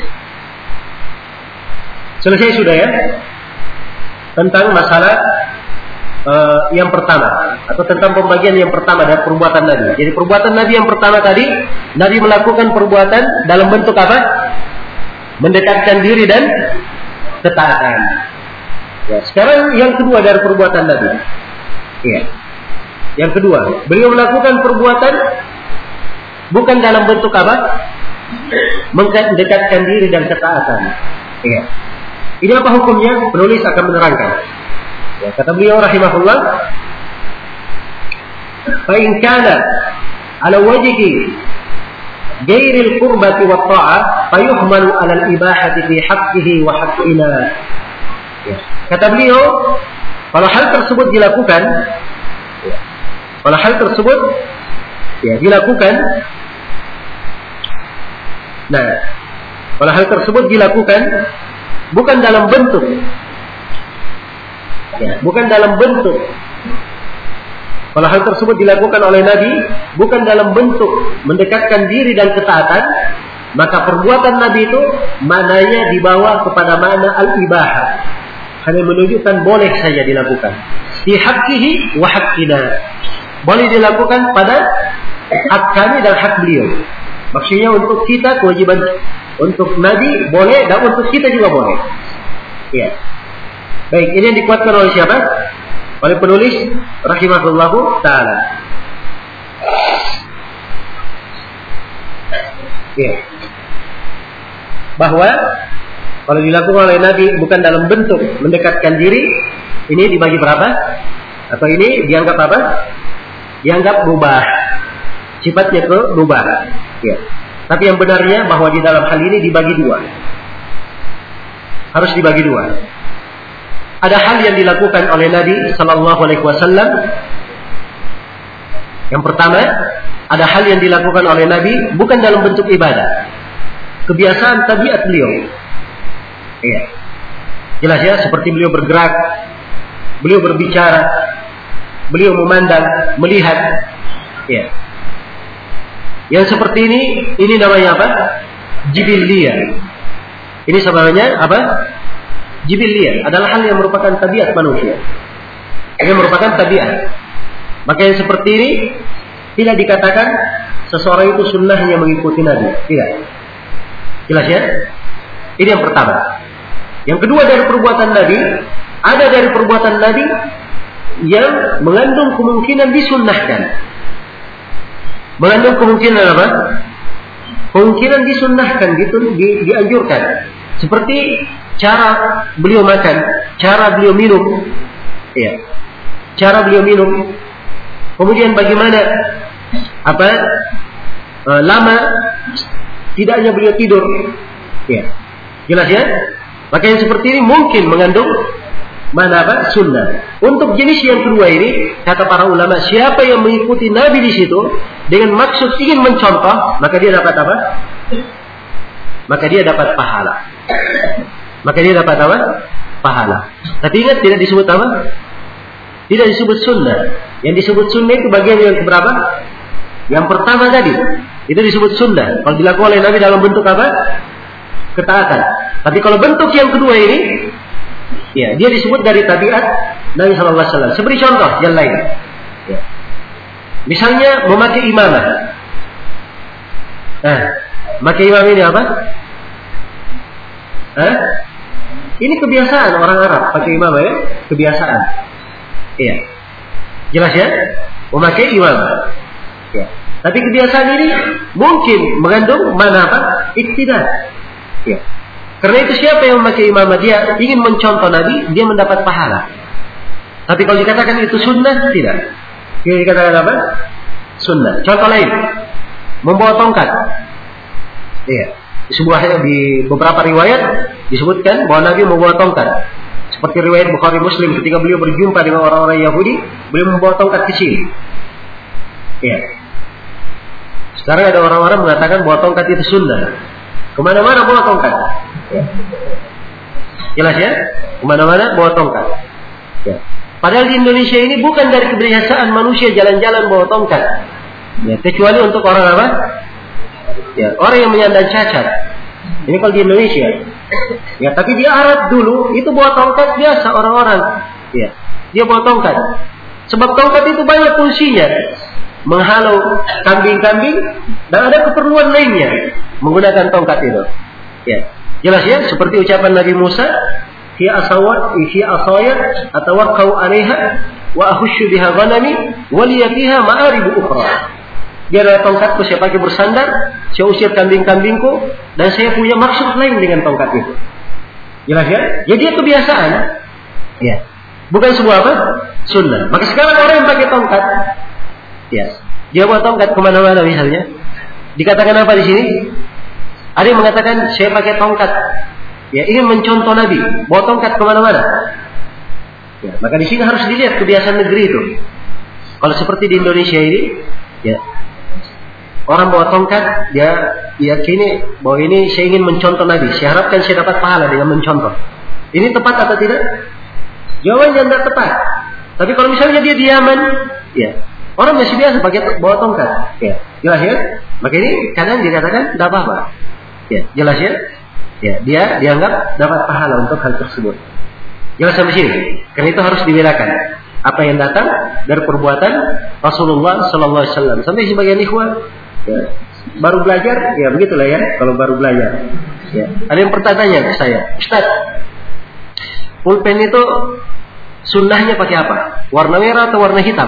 Selesai sudah ya tentang masalah uh, yang pertama atau tentang pembagian yang pertama dari perbuatan Nabi. Jadi perbuatan Nabi yang pertama tadi, Nabi melakukan perbuatan dalam bentuk apa? Mendekatkan diri dan ketaatan. Ya, sekarang yang kedua dari perbuatan Nabi. Iya. Yang kedua, beliau melakukan perbuatan bukan dalam bentuk apa? Mendekatkan diri dan ketaatan. Iya. Ini apa hukumnya? Penulis akan menerangkan. Ya, kata beliau rahimahullah, fa in kana ala wajhi ghairil qurbati wat ta'ah fa yuhmalu ala al ibahati fi haqqihi wa haqqina. Ya. Kata beliau, kalau hal tersebut dilakukan, ya, kalau hal tersebut ya dilakukan, nah, kalau hal tersebut dilakukan bukan dalam bentuk, ya, bukan dalam bentuk. Kalau hal tersebut dilakukan oleh Nabi bukan dalam bentuk mendekatkan diri dan ketaatan, maka perbuatan Nabi itu maknanya dibawa kepada makna al-ibahah, hanya menunjukkan boleh saja dilakukan. Fi haqqihi wa haqqina, boleh dilakukan pada hak kami dan hak beliau. Maksudnya untuk kita kewajiban, untuk Nabi boleh dan untuk kita juga boleh. Ya. Baik, ini yang dikuatkan oleh siapa? Oleh penulis rahimahullahu taala. Ya. Bahwa kalau dilakukan oleh Nabi bukan dalam bentuk mendekatkan diri, ini dibagi berapa? Atau ini dianggap apa? Dianggap mubah. Sifatnya itu mubah. Ya. Tapi yang benarnya bahwa di dalam hal ini dibagi dua. Harus dibagi dua. Ada hal yang dilakukan oleh Nabi Sallallahu Alaihi Wasallam. Yang pertama, ada hal yang dilakukan oleh Nabi bukan dalam bentuk ibadah, kebiasaan tabiat beliau. Iya. Jelas ya, seperti beliau bergerak, beliau berbicara, beliau memandang, melihat. Iya. Yang seperti ini, ini namanya apa? Jibiliyah. Ini sebenarnya apa? Jibiliyah adalah hal yang merupakan tabiat manusia. Ini merupakan tabiat. Maka yang seperti ini tidak dikatakan seseorang itu sunnahnya mengikuti Nabi. Tidak. Jelas ya? Ini yang pertama. Yang kedua dari perbuatan Nabi, ada dari perbuatan Nabi yang mengandung kemungkinan disunnahkan. Mengandung kemungkinan apa? Kemungkinan disunnahkan, gitu, di, dianjurkan. Seperti cara beliau makan, cara beliau minum, ya, cara beliau minum. Kemudian bagaimana apa e, lama tidaknya beliau tidur, ya, jelas ya. Maka yang seperti ini mungkin mengandung mana apa? Sunnah. Untuk jenis yang kedua ini, kata para ulama, siapa yang mengikuti Nabi di situ dengan maksud ingin mencontoh, maka dia dapat apa? Maka dia dapat pahala. Maka dia dapat apa? Pahala. Tapi ingat, tidak disebut apa? Tidak disebut sunnah. Yang disebut sunnah itu bagian yang keberapa? Yang pertama tadi. Itu disebut sunnah. Kalau dilakukan oleh Nabi dalam bentuk apa? Ketaatan. Tapi kalau bentuk yang kedua ini, ya, dia disebut dari tabiat Nabi Sallallahu Alaihi Wasallam. Seperti contoh yang lain. Ya. Misalnya memakai imamah. Nah, memakai imamah ini apa? Hah? Ini kebiasaan orang Arab pakai imamah, ya, kebiasaan. Iya. Jelas ya? Memakai imamah. Ya. Tapi kebiasaan ini mungkin mengandung mana apa? Iktidar. Ya. Karena itu siapa yang memakai imamah, dia ingin mencontoh Nabi, dia mendapat pahala. Tapi kalau dikatakan itu sunnah, tidak. Dia dikatakan apa? Sunnah. Contoh lain, membawa tongkat. Iya. Di sebuah di beberapa riwayat disebutkan bahwa Nabi membawa tongkat. Seperti riwayat Bukhari Muslim, ketika beliau berjumpa dengan orang-orang Yahudi, beliau membawa tongkat kecil. Iya. Sekarang ada orang-orang mengatakan bahwa tongkat itu sunnah. Kemana-mana bawa tongkat. Ya. Jelas ya? Kemana-mana bawa tongkat. Ya. Padahal di Indonesia ini bukan dari kebiasaan manusia jalan-jalan bawa tongkat. Ya, kecuali untuk orang apa? Ya, orang yang menyandang cacat. Ini kalau di Indonesia. Ya, tapi di Arab dulu itu bawa tongkat biasa orang-orang. Ya, dia bawa tongkat. Sebab tongkat itu banyak fungsinya. Menghalau kambing-kambing dan ada keperluan lainnya menggunakan tongkat itu. Ya, jelas ya, seperti ucapan Nabi Musa, "Hi asawat, hi asaya, atawakkau 'alaiha wa ahushu biha ghanami wa liya fiha ma'arib ukhra." Dia adalah tongkatku, saya pakai bersandar, saya usir kambing-kambingku, dan saya punya maksud lain dengan tongkat itu. Jelas ya? Jadi dia kebiasaan. Ya. Bukan sebuah apa? Sunnah. Maka sekarang orang yang pakai tongkat, ya, dia bawa tongkat kemana-mana misalnya. Dikatakan apa di sini? Ada yang mengatakan saya pakai tongkat. Ya, ingin mencontoh Nabi, bawa tongkat kemana-mana. Ya, maka di sini harus dilihat kebiasaan negeri itu. Kalau seperti di Indonesia ini, ya, orang bawa tongkat, dia yakini bahwa ini saya ingin mencontoh Nabi. Saya harapkan saya dapat pahala dengan mencontoh. Ini tepat atau tidak? Jawabannya tidak tepat. Tapi kalau misalnya dia di Yaman, ya, orang masih biasa pakai bawa tongkat. Ya, jelas ya? Maka ini kadang dikatakan tidak apa-apa. Ya, jelas ya? Ya, dia dianggap dapat pahala untuk hal tersebut. Jelas sampai sini. Karena itu harus dibedakan. Apa yang datang dari perbuatan Rasulullah Sallallahu Alaihi Wasallam. Sampai sebagian ikhwan, ya, baru belajar, ya begitulah ya. Kalau baru belajar, ya. Ada yang bertanya ke saya, Ustaz, pulpen itu sunnahnya pakai apa? Warna merah atau warna hitam?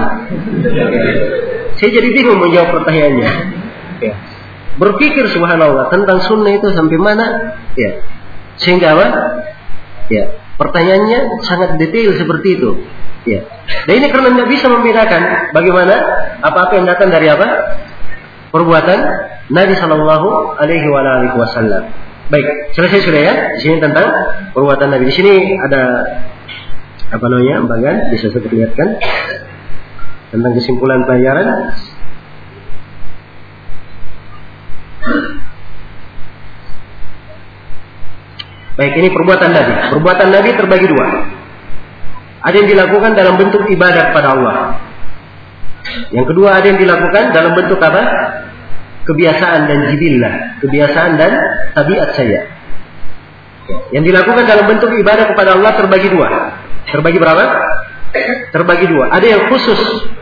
Saya jadi bingung menjawab pertanyaannya. Ya. Berpikir subhanallah tentang sunnah itu sampai mana? Ya. Sehingga apa? Ya. Pertanyaannya sangat detail seperti itu. Ya. Dan ini karena tidak bisa membedakan bagaimana apa-apa yang datang dari apa? Perbuatan Nabi Sallallahu Alaihi Wasallam. Baik, selesai sudah ya. Di sini tentang perbuatan Nabi. Di sini ada apa namanya? Bagian bisa saya perlihatkan tentang kesimpulan pelajaran. Baik, ini perbuatan Nabi. Perbuatan Nabi terbagi dua. Ada yang dilakukan dalam bentuk ibadah kepada Allah. Yang kedua ada yang dilakukan dalam bentuk apa? Kebiasaan dan jibillah. Kebiasaan dan tabiat saya. Yang dilakukan dalam bentuk ibadah kepada Allah terbagi dua. Terbagi berapa? Terbagi dua. Ada yang khusus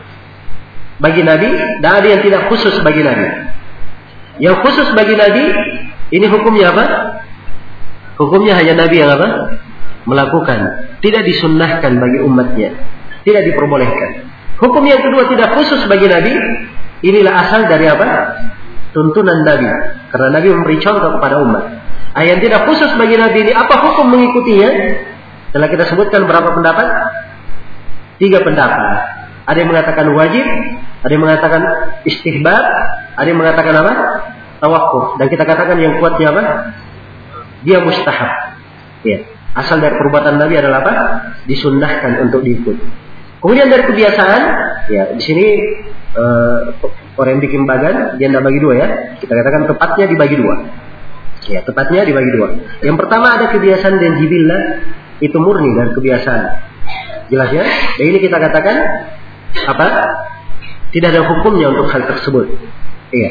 bagi Nabi dan ada yang tidak khusus bagi Nabi. Yang khusus bagi Nabi, ini hukumnya apa? Hukumnya hanya Nabi yang apa? Melakukan. Tidak disunnahkan bagi umatnya. Tidak diperbolehkan. Hukum yang kedua tidak khusus bagi Nabi. Inilah asal dari apa? Tuntunan Nabi. Karena Nabi memberi contoh kepada umat. Ah, yang tidak khusus bagi Nabi ini, apa hukum mengikutinya? Setelah kita sebutkan berapa pendapat? Tiga pendapat. Ada yang mengatakan wajib, ada yang mengatakan istihbab, ada yang mengatakan apa? Tawakkuf. Dan kita katakan yang kuatnya apa? Dia mustahab. Ya. Asal dari perbuatan Nabi adalah apa? Disunnahkan untuk diikut. Kemudian dari kebiasaan, ya di sini uh, orang yang bikin bagan dia tidak bagi dua ya. Kita katakan tepatnya dibagi dua. Ya, tepatnya dibagi dua. Yang pertama ada kebiasaan dan jibillah, itu murni dari kebiasaan. Jelas ya? Dan ini kita katakan apa? Tidak ada hukumnya untuk hal tersebut. Iya.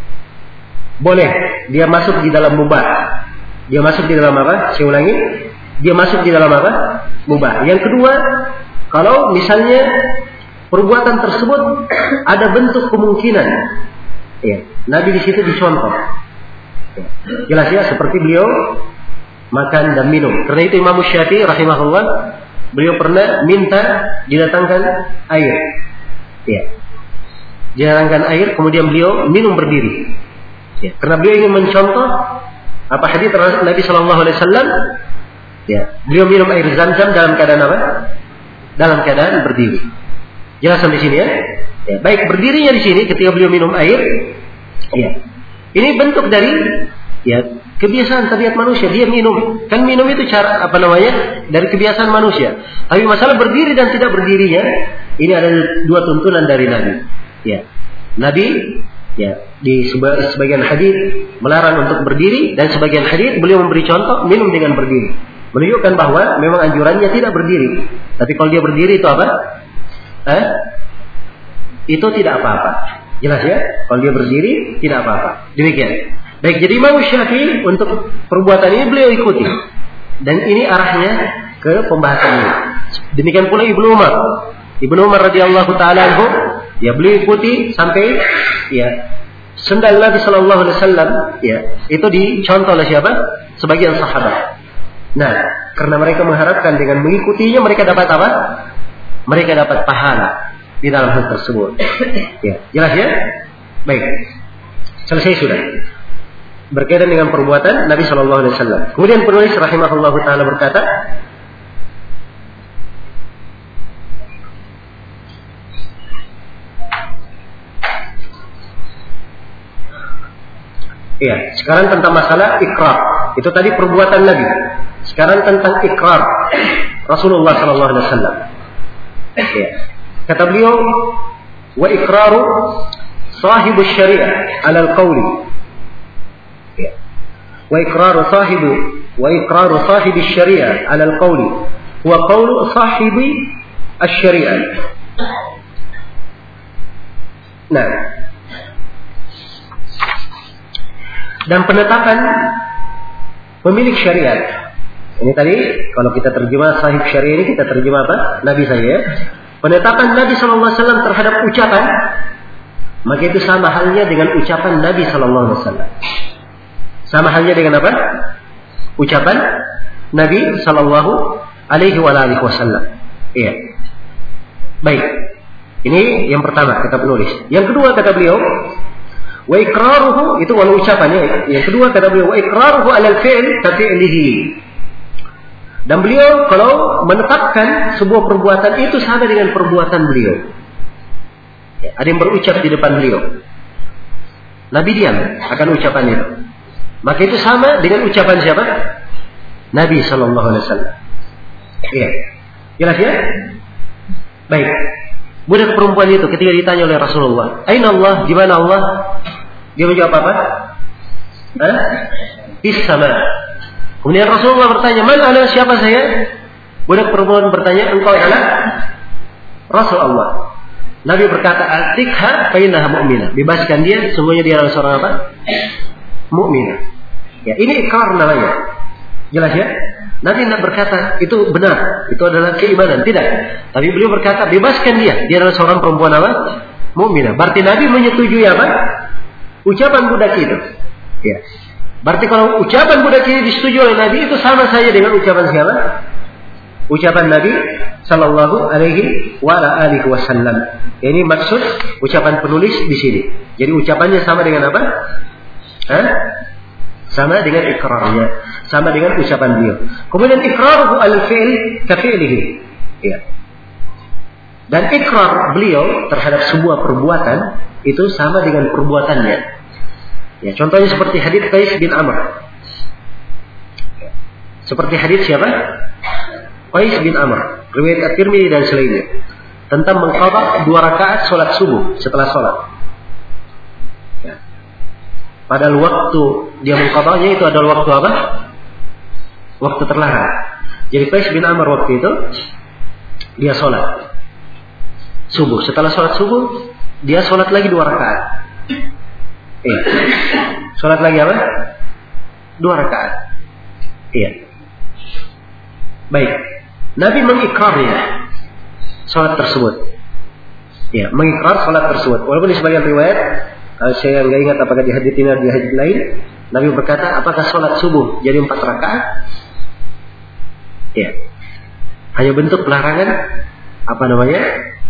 Boleh dia masuk di dalam mubah. Dia masuk di dalam apa? Saya ulangi. Dia masuk di dalam apa? Mubah. Yang kedua, kalau misalnya perbuatan tersebut ada bentuk kemungkinan, ya, Nabi di situ dicontoh. Ya. Jelas ya, seperti beliau makan dan minum. Karena itu Imam Syafi'i rahimahullah, beliau pernah minta didatangkan air. Ya. Didatangkan air, kemudian beliau minum berdiri. Ya. Karena beliau ingin mencontoh apa hadits Nabi Sallallahu Alaihi Wasallam. Ya, beliau minum air Zam-Zam dalam keadaan apa? Dalam keadaan berdiri. Jelas sampai sini ya? Ya, baik berdirinya di sini ketika beliau minum air. Ya, ini bentuk dari ya kebiasaan tabiat manusia. Dia minum, kan minum itu cara apa namanya? Dari kebiasaan manusia. Tapi masalah berdiri dan tidak berdirinya, ini ada dua tuntunan dari Nabi. Ya, Nabi ya di sebagian hadis melarang untuk berdiri dan sebagian hadis beliau memberi contoh minum dengan berdiri. Menunjukkan bahwa memang anjurannya tidak berdiri. Tapi kalau dia berdiri itu apa? Eh? Itu tidak apa-apa. Jelas ya? Kalau dia berdiri tidak apa-apa. Demikian. Baik, jadi Imam Syafi'i untuk perbuatan ini beliau ikuti. Dan ini arahnya ke pembahasan ini. Demikian pula Ibnu Umar. Ibnu Umar radhiyallahu taala anhu, ya beliau ikuti sampai ya sendal Nabi sallallahu alaihi wasallam ya itu dicontoh oleh siapa? Sebagian sahabat. Nah, karena mereka mengharapkan dengan mengikutinya mereka dapat apa? Mereka dapat pahala di dalam hal tersebut. Ya, jelas ya? Baik. Selesai sudah. Berkaitan dengan perbuatan Nabi sallallahu alaihi wasallam. Kemudian penulis rahimahullahu taala berkata, iya, sekarang tentang masalah ikrar. Itu tadi perbuatan Nabi. Sekarang tentang ikrar Rasulullah sallallahu alaihi wasallam. Ya. Kata beliau, wa ikraru sahibu syariah 'ala al-qawli. Ya. Wa ikraru sahibu wa ikraru sahibi syariah 'ala al-qawli huwa qawlu sahibi asy-syariah. Nah, dan penetapan pemilik syariat. Ini tadi kalau kita terjemah sahib syariah ini kita terjemah apa? Nabi saya. Penetapan Nabi sallallahu alaihi wasallam terhadap ucapan, maka itu sama halnya dengan ucapan Nabi sallallahu alaihi wasallam. Sama halnya dengan apa? Ucapan Nabi sallallahu alaihi wasallam. Iya. Baik. Ini yang pertama kata penulis. Yang kedua kata beliau, wa iqraruhu itu walau ucapannya. Yang kedua kata beliau, wa iqraruhu 'alal fi'l ka fi'lihi. Dan beliau kalau menetapkan sebuah perbuatan itu sama dengan perbuatan beliau. Ya, ada yang berucap di depan beliau. Nabi diam akan ucapan itu. Maka itu sama dengan ucapan siapa? Nabi sallallahu alaihi wasallam. Iya. Jelas ya? Baik. Budak perempuan itu ketika ditanya oleh Rasulullah, "Aina Allah? Di mana Allah?" Dia menjawab apa? Hah? Fis sama. Kemudian Rasulullah bertanya, "Man ana? Siapa saya?" Budak perempuan bertanya, "Engkau adalah Rasul Allah." Nabi berkata, "Atikha fa innaha mu'minah." Bebaskan dia, sungguhnya dia adalah seorang apa? Mukminah. Ya, ini ikrar namanya. Jelas ya? Nabi tidak berkata itu benar, itu adalah keimanan, tidak. Tapi beliau berkata, bebaskan dia, dia adalah seorang perempuan apa? Mukminah. Berarti Nabi menyetujui apa? Ucapan budak itu. Ya. Berarti kalau ucapan budak ini disetujui oleh Nabi, itu sama saja dengan ucapan siapa? Ucapan Nabi sallallahu alaihi wa alihi wasallam. Ini maksud ucapan penulis di sini. Jadi ucapannya sama dengan apa? Hah? Sama dengan ikrarnya, sama dengan ucapan beliau. Kemudian ikraruhu al-fi'l ka fi'lihi. Ya. Dan ikrar beliau terhadap sebuah perbuatan itu sama dengan perbuatannya. Ya, contohnya seperti hadits Qais bin Amr. Ya. Seperti hadits siapa? Qais bin Amr, riwayat At-Tirmidzi dan selainnya, tentang mengqadha dua rakaat salat subuh setelah salat. Ya. Padahal waktu dia mengqadhanya itu adalah waktu apa? Waktu terlarang. Jadi Qais bin Amr waktu itu dia salat subuh. Setelah salat subuh dia salat lagi dua rakaat. Iya. Salat lagi apa? Dua rakaat. Iya. Baik. Nabi mengikrarnya salat tersebut. Iya, mengikrar salat tersebut. Walaupun di sebagian riwayat, uh, saya nggak ingat apakah di hadits ini atau di hadits lain, Nabi berkata, apakah salat subuh jadi empat rakaat? Iya. Hanya bentuk pelarangan apa namanya?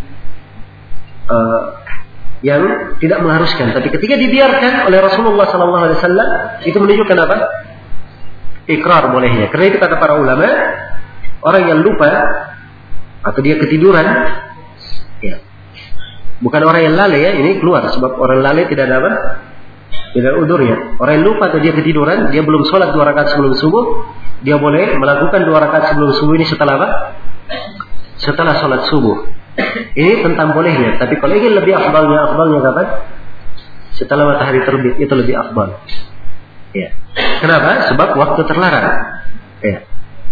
Uh, yang tidak mengharuskan, tapi ketika dibiarkan oleh Rasulullah sallallahu alaihi wasallam itu menunjukkan apa? Ikrar bolehnya. Karena itu kata para ulama, orang yang lupa atau dia ketiduran, ya, bukan orang yang lalai ya, ini keluar sebab orang lalai tidak ada apa? Tidak udur ya. Orang yang lupa atau dia ketiduran, dia belum sholat dua rakaat sebelum subuh, dia boleh melakukan dua rakaat sebelum subuh ini setelah apa? Setelah sholat subuh. Ini tentang bolehnya. Tapi kalau ingin lebih afdalnya, afdalnya kapan? Setelah matahari terbit, itu lebih afdal. Ya. Kenapa? Sebab waktu terlarang. Ya.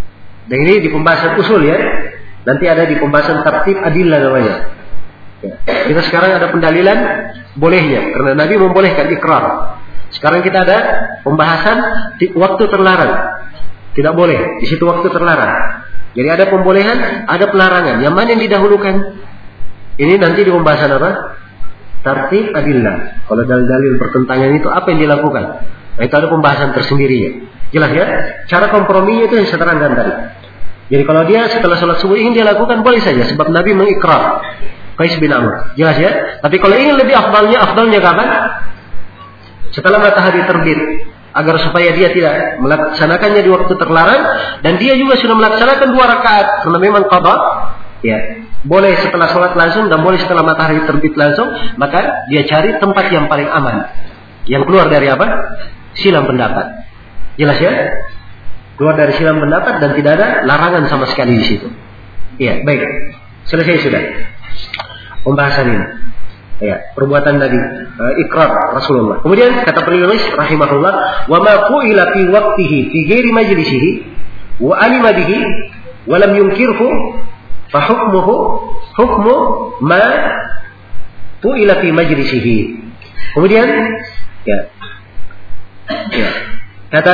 Dan ini di pembahasan usul ya. Nanti ada di pembahasan tartib adillah namanya. Ya. Kita sekarang ada pendalilan bolehnya karena Nabi membolehkan ikrar. Sekarang kita ada pembahasan di waktu terlarang. Tidak boleh, di situ waktu terlarang. Jadi ada pembolehan, ada pelarangan. Yang mana yang didahulukan? Ini nanti di pembahasan apa? Tartib adillah. Kalau dalil-dalil pertentangan itu apa yang dilakukan? Nah, itu ada pembahasan tersendirinya. Jelas ya? Cara komprominya itu yang saya terangkan tadi. Jadi kalau dia setelah sholat subuh ingin dia lakukan boleh saja. Sebab Nabi mengikrar Qais bin Amr. Jelas ya? Tapi kalau ingin lebih afdalnya, afdalnya kapan? Setelah matahari terbit. Agar supaya dia tidak melaksanakannya di waktu terlarang. Dan dia juga sudah melaksanakan dua rakaat. Karena memang qada. Ya. Boleh setelah sholat langsung dan boleh setelah matahari terbit langsung. Maka dia cari tempat yang paling aman. Yang keluar dari apa? Silang pendapat. Jelas ya? Keluar dari silang pendapat dan tidak ada larangan sama sekali di situ. Iya, baik. Selesai sudah pembahasan ini. Ya, perbuatan Nabi, uh, ikrar Rasulullah. Kemudian kata penulis rahimahullah, wa ma fu'ila fi waqtihi fi ghairi majlisihi wa alima bihi wa lam yunkirhu fa hukmuhu hukmu ma fu'ila fi majlisihi. Kemudian ya. Ya. Kata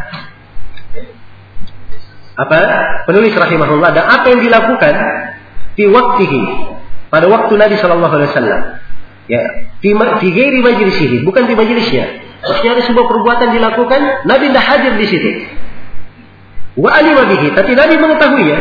apa? Penulis rahimahullah, dan apa yang dilakukan fi waqtihi pada waktu Nabi sallallahu alaihi wasallam. Ya, fi fi ghairi majlisihi, bukan di majelisnya. Maksudnya ada sebuah perbuatan dilakukan, Nabi tidak hadir di situ. Wa alima bihi, tapi Nabi mengetahuinya.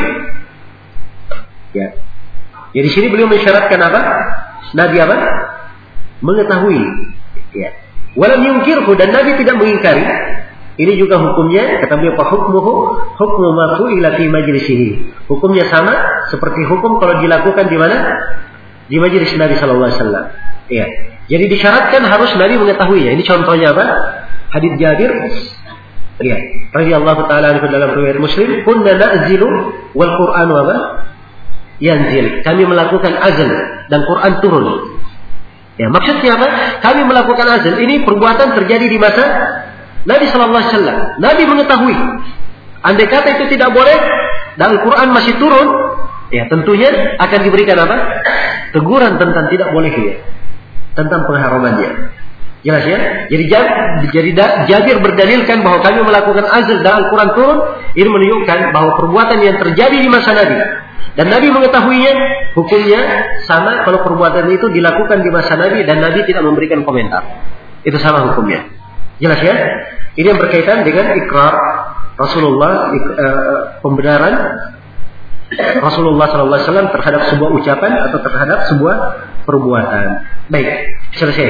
Ya. Jadi sini beliau mensyaratkan apa? Nabi apa? Mengetahui. Ya. Walam yunkirhu, dan Nabi tidak mengingkari. Ini juga hukumnya, kata beliau, fa hukmuhu hukmu ma fu'ila fi majlisihi. Hukumnya sama seperti hukum kalau dilakukan di mana? Di majelis Nabi sallallahu alaihi wasallam. Ya. Jadi disyaratkan harus Nabi mengetahuinya. Ini contohnya apa? Hadits Jabir. Ya. Radhiyallahu taala anhu dalam riwayat Muslim, kunna na'zilu wal Qur'anu apa? Yanzil. Kami melakukan azl dan Quran turun. Ya, maksudnya apa? Kami melakukan azl. Ini perbuatan terjadi di masa Nabi sallallahu alaihi wasallam. Nabi mengetahui. Andai kata itu tidak boleh dan Al-Quran masih turun, ya tentunya akan diberikan apa? Teguran tentang tidak bolehnya, tentang pengharamannya. Jelas ya? Jadi jadi Jabir berdalilkan bahwa kami melakukan azl dan Al-Quran turun, ini menunjukkan bahwa perbuatan yang terjadi di masa Nabi dan Nabi mengetahuinya, hukumnya sama kalau perbuatan itu dilakukan di masa Nabi dan Nabi tidak memberikan komentar. Itu sama hukumnya. Jelas ya? Ini yang berkaitan dengan ikrar Rasulullah, ik, uh, pembenaran Rasulullah sallallahu alaihi wasallam terhadap sebuah ucapan atau terhadap sebuah perbuatan. Baik, selesai.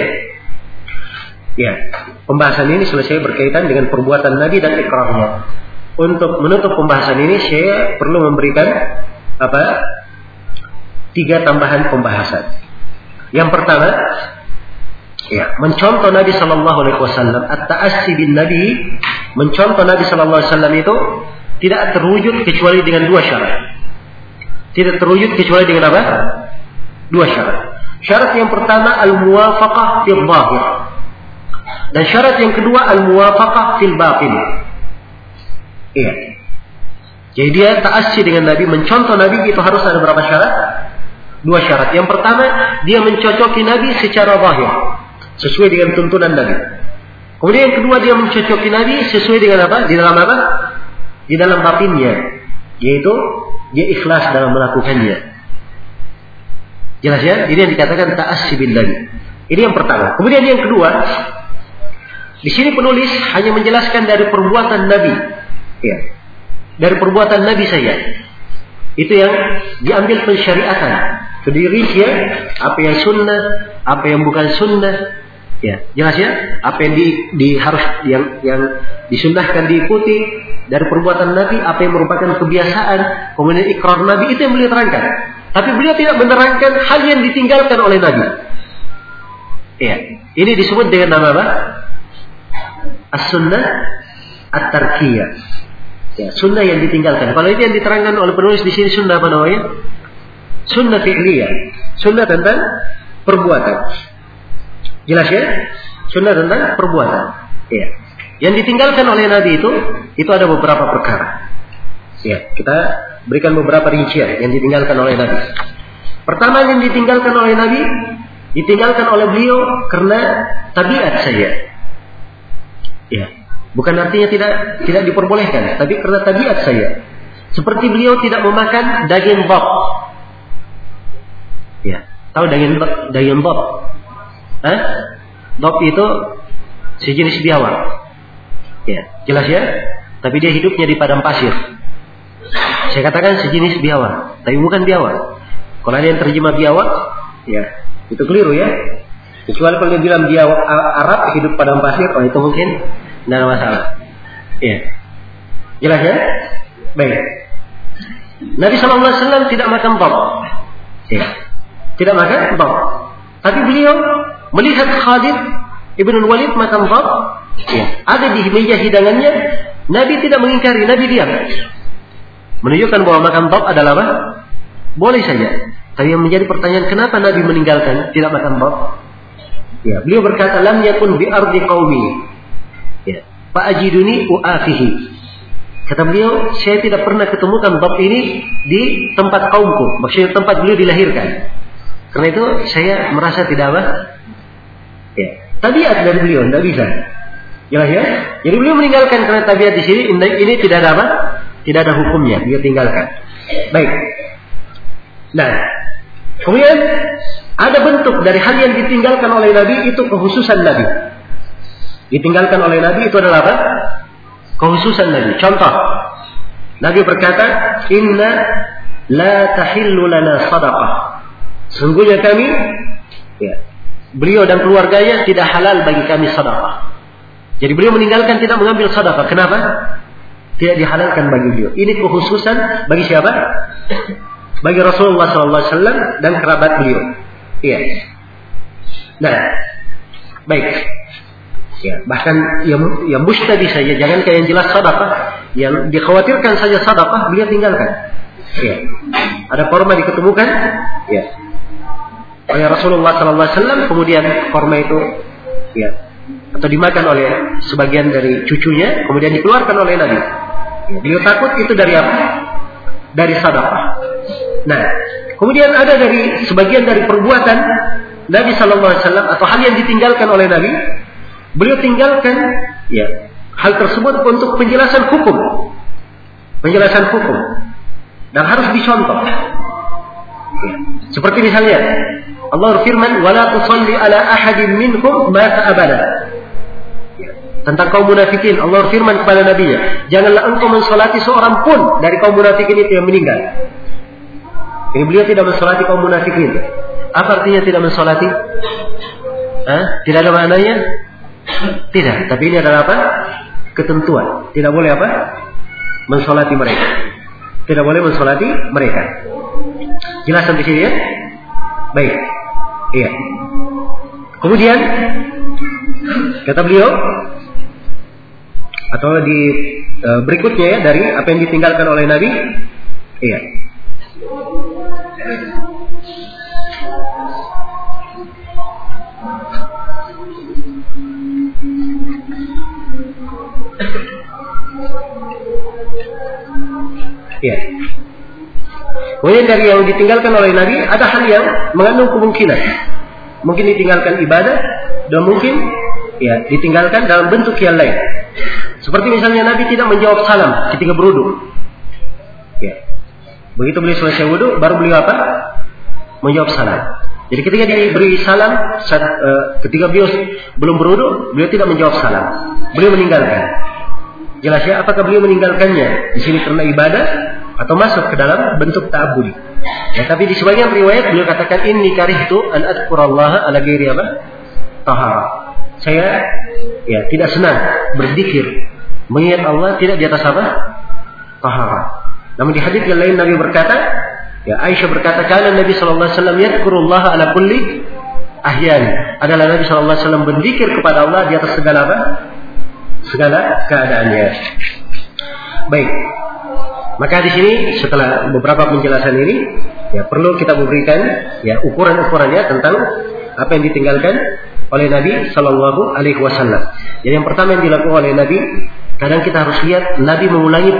Ya, pembahasan ini selesai berkaitan dengan perbuatan Nabi dan ikrarnya. Untuk menutup pembahasan ini, saya perlu memberikan apa? Tiga tambahan pembahasan. Yang pertama, ya, mencontoh Nabi sallallahu alaihi wasallam, at-ta'assi bin Nabi, mencontoh Nabi sallallahu alaihi wasallam itu tidak terwujud kecuali dengan dua syarat. Tidak terwujud kecuali dengan apa? Dua syarat. Syarat yang pertama al-muwafaqah fil zahir. Dan syarat yang kedua al-muwafaqah fil batin. Iya. Jadi dia ta'assi dengan Nabi, mencontoh Nabi itu harus ada berapa syarat? Dua syarat. Yang pertama, dia mencocoki Nabi secara zahir, sesuai dengan tuntunan Nabi. Kemudian yang kedua, dia mencocoki Nabi sesuai dengan apa? Di dalam apa? Di dalam batinnya, yaitu dia ikhlas dalam melakukannya. Jelas ya? Ini yang dikatakan ta'assi bin Nabi. Ini yang pertama. Kemudian yang kedua, di sini penulis hanya menjelaskan dari perbuatan Nabi. Ya. Dari perbuatan Nabi saja. Itu yang diambil pensyariatan. Kedirinya apa yang sunnah, apa yang bukan sunnah. Ya, jelas ya? Apa yang di, di harus yang yang disunnahkan diikuti dari perbuatan Nabi, apa yang merupakan kebiasaan, kemudian ikrar Nabi, itu yang beliau terangkan. Tapi beliau tidak menerangkan hal yang ditinggalkan oleh Nabi. Ya, ini disebut dengan nama apa? As-sunnah at-tarkiyah. Ya, sunnah yang ditinggalkan. Kalau itu yang diterangkan oleh penulis di sini sunnah apa namanya? Sunnah fi'liyah. Sunnah tentang perbuatan. Jelas ya? Sunnah tentang perbuatan. Ya. Yang ditinggalkan oleh Nabi itu, itu ada beberapa perkara. Ya, kita berikan beberapa rincian yang ditinggalkan oleh Nabi. Pertama yang ditinggalkan oleh Nabi, ditinggalkan oleh beliau karena tabiat saya. Ya, bukan artinya tidak tidak diperbolehkan, tapi karena tabiat saya. Seperti beliau tidak memakan daging dhab. Ya, tahu daging daging dhab? Hah? Dhab itu sejenis biawak. Ya, jelas ya? Tapi dia hidupnya di padang pasir. Saya katakan sejenis biawak, tapi bukan biawak. Kalau ada yang terjemah biawak, ya itu keliru ya. Kecuali kalau dia bilang biawak Arab hidup padang pasir, oh itu mungkin tidak ada masalah. Ya, jelas ya. Baik. Nabi Shallallahu Alaihi Wasallam tidak makan dhab, ya, tidak makan dhab. Tapi beliau melihat Khalid ibn Walid makan dhab, ya, ada di meja hidangannya. Nabi tidak mengingkari, Nabi diam. Menunjukkan bahwa makan dhab adalah apa? Boleh saja. Tapi yang menjadi pertanyaan, kenapa Nabi meninggalkan tidak makan dhab? Ya, beliau berkata, lam yakun bi ardi qaumi. Ya, fa ajiduni uafihi. Kata beliau, saya tidak pernah ketemukan dhab ini di tempat kaumku. Maksudnya tempat beliau dilahirkan. Karena itu saya merasa tidak apa? Ya, tabiat dari beliau, tidak bisa. Jelas ya? Jadi beliau meninggalkan karena tabiat di sini ini tidak ada apa? Tidak ada hukumnya, beliau tinggalkan. Baik. Nah, kemudian ada bentuk dari hal yang ditinggalkan oleh Nabi, itu kekhususan Nabi. Ditinggalkan oleh Nabi itu adalah apa? Kekhususan Nabi. Contoh, Nabi berkata, Inna la tahillu lana sadaqah. Sungguhnya kami, ya, beliau dan keluarganya tidak halal bagi kami sadaqah. Jadi beliau meninggalkan tidak mengambil sadaqah. Kenapa? Tidak dihalalkan bagi beliau. Ini kekhususan bagi siapa? Bagi Rasulullah Sallallahu Alaihi Wasallam dan kerabat beliau. Iya. Nah, baik. Ya, bahkan yang yang mustadi saja, jangan kayak yang jelas sadaqah, yang dikhawatirkan saja sadaqah, beliau tinggalkan. Ya. Ada korma diketemukan, ya, oleh Rasulullah Sallallahu Alaihi Wasallam, kemudian korma itu, ya, atau dimakan oleh sebagian dari cucunya, kemudian dikeluarkan oleh Nabi. Ya, beliau takut itu dari apa? Dari sadaqah. Nah, kemudian ada dari sebagian dari perbuatan Nabi Sallallahu Alaihi Wasallam atau hal yang ditinggalkan oleh Nabi, beliau tinggalkan, ya, hal tersebut untuk penjelasan hukum, penjelasan hukum, dan harus dicontoh. Ya. Seperti misalnya Allah berfirman, "Wala tusalli ala ahadin minhum mata abada." Ya. Tentang kaum munafikin, Allah berfirman kepada nabinya, janganlah engkau mensolati seorang pun dari kaum munafikin itu yang meninggal. Jadi beliau tidak mensolati kaum munafikin. Apa artinya tidak mensolati? Hah? Tidak ada maknanya? Tidak. Tapi ini adalah apa? Ketentuan. Tidak boleh apa? Mensolati mereka. Tidak boleh mensolati mereka. Jelas sampai sini ya? Baik. Iya. Kemudian kata beliau, atau di e, berikutnya ya, dari apa yang ditinggalkan oleh Nabi. Iya. Ya. Kemudian dari yang ditinggalkan oleh Nabi, ada hal yang mengandung kemungkinan. Mungkin ditinggalkan ibadah, dan mungkin, ya, ditinggalkan dalam bentuk yang lain. Seperti misalnya Nabi tidak menjawab salam ketika berwudu. Ya. Begitu beliau selesai wudu, baru beliau apa? Menjawab salam. Jadi ketika diberi salam, saat, uh, ketika beliau belum berwudu, beliau tidak menjawab salam. Beliau meninggalkan. Jelas ya, apakah beliau meninggalkannya di sini karena ibadah atau masuk ke dalam bentuk ta'abbudi? Ya, tapi di sebagian riwayat beliau katakan, inni karihtu an adhkurallaha ala ghairi apa? Tahara. Saya, ya, tidak senang berzikir mengingat Allah tidak di atas apa? Tahara. Namun di hadits yang lain Nabi berkata, ya, Aisyah berkata, kana Nabi sallallahu alaihi wasallam yadhkurullaha ala kulli ahyan. Adalah Nabi sallallahu alaihi wasallam berzikir kepada Allah di atas segala apa? Segala keadaannya. Baik. Maka di sini setelah beberapa penjelasan ini, ya, perlu kita memberikan, ya, ukuran-ukurannya tentang apa yang ditinggalkan oleh Nabi Sallallahu Alaihi Wasallam. Jadi yang pertama yang dilakukan oleh Nabi, kadang kita harus lihat Nabi mengulangi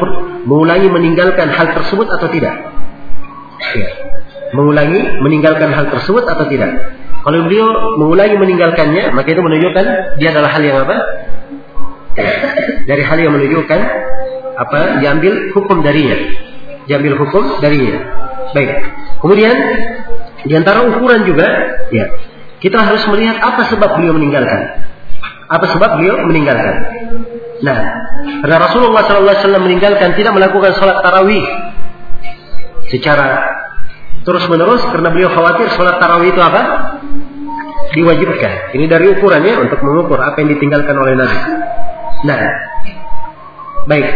mengulangi meninggalkan hal tersebut atau tidak? Ya. Mengulangi meninggalkan hal tersebut atau tidak? Kalau beliau mengulangi meninggalkannya, maka itu menunjukkan dia adalah hal yang apa? Ya. Dari hal yang menunjukkan apa? Diambil hukum darinya. Diambil hukum darinya. Baik. Kemudian di antara ukuran juga, ya, kita harus melihat apa sebab beliau meninggalkan. Apa sebab beliau meninggalkan? Nah, karena Rasulullah shallallahu alaihi wasallam meninggalkan tidak melakukan sholat tarawih secara terus menerus karena beliau khawatir sholat tarawih itu apa? Diwajibkan. Ini dari ukurannya untuk mengukur apa yang ditinggalkan oleh Nabi. Nah, baik.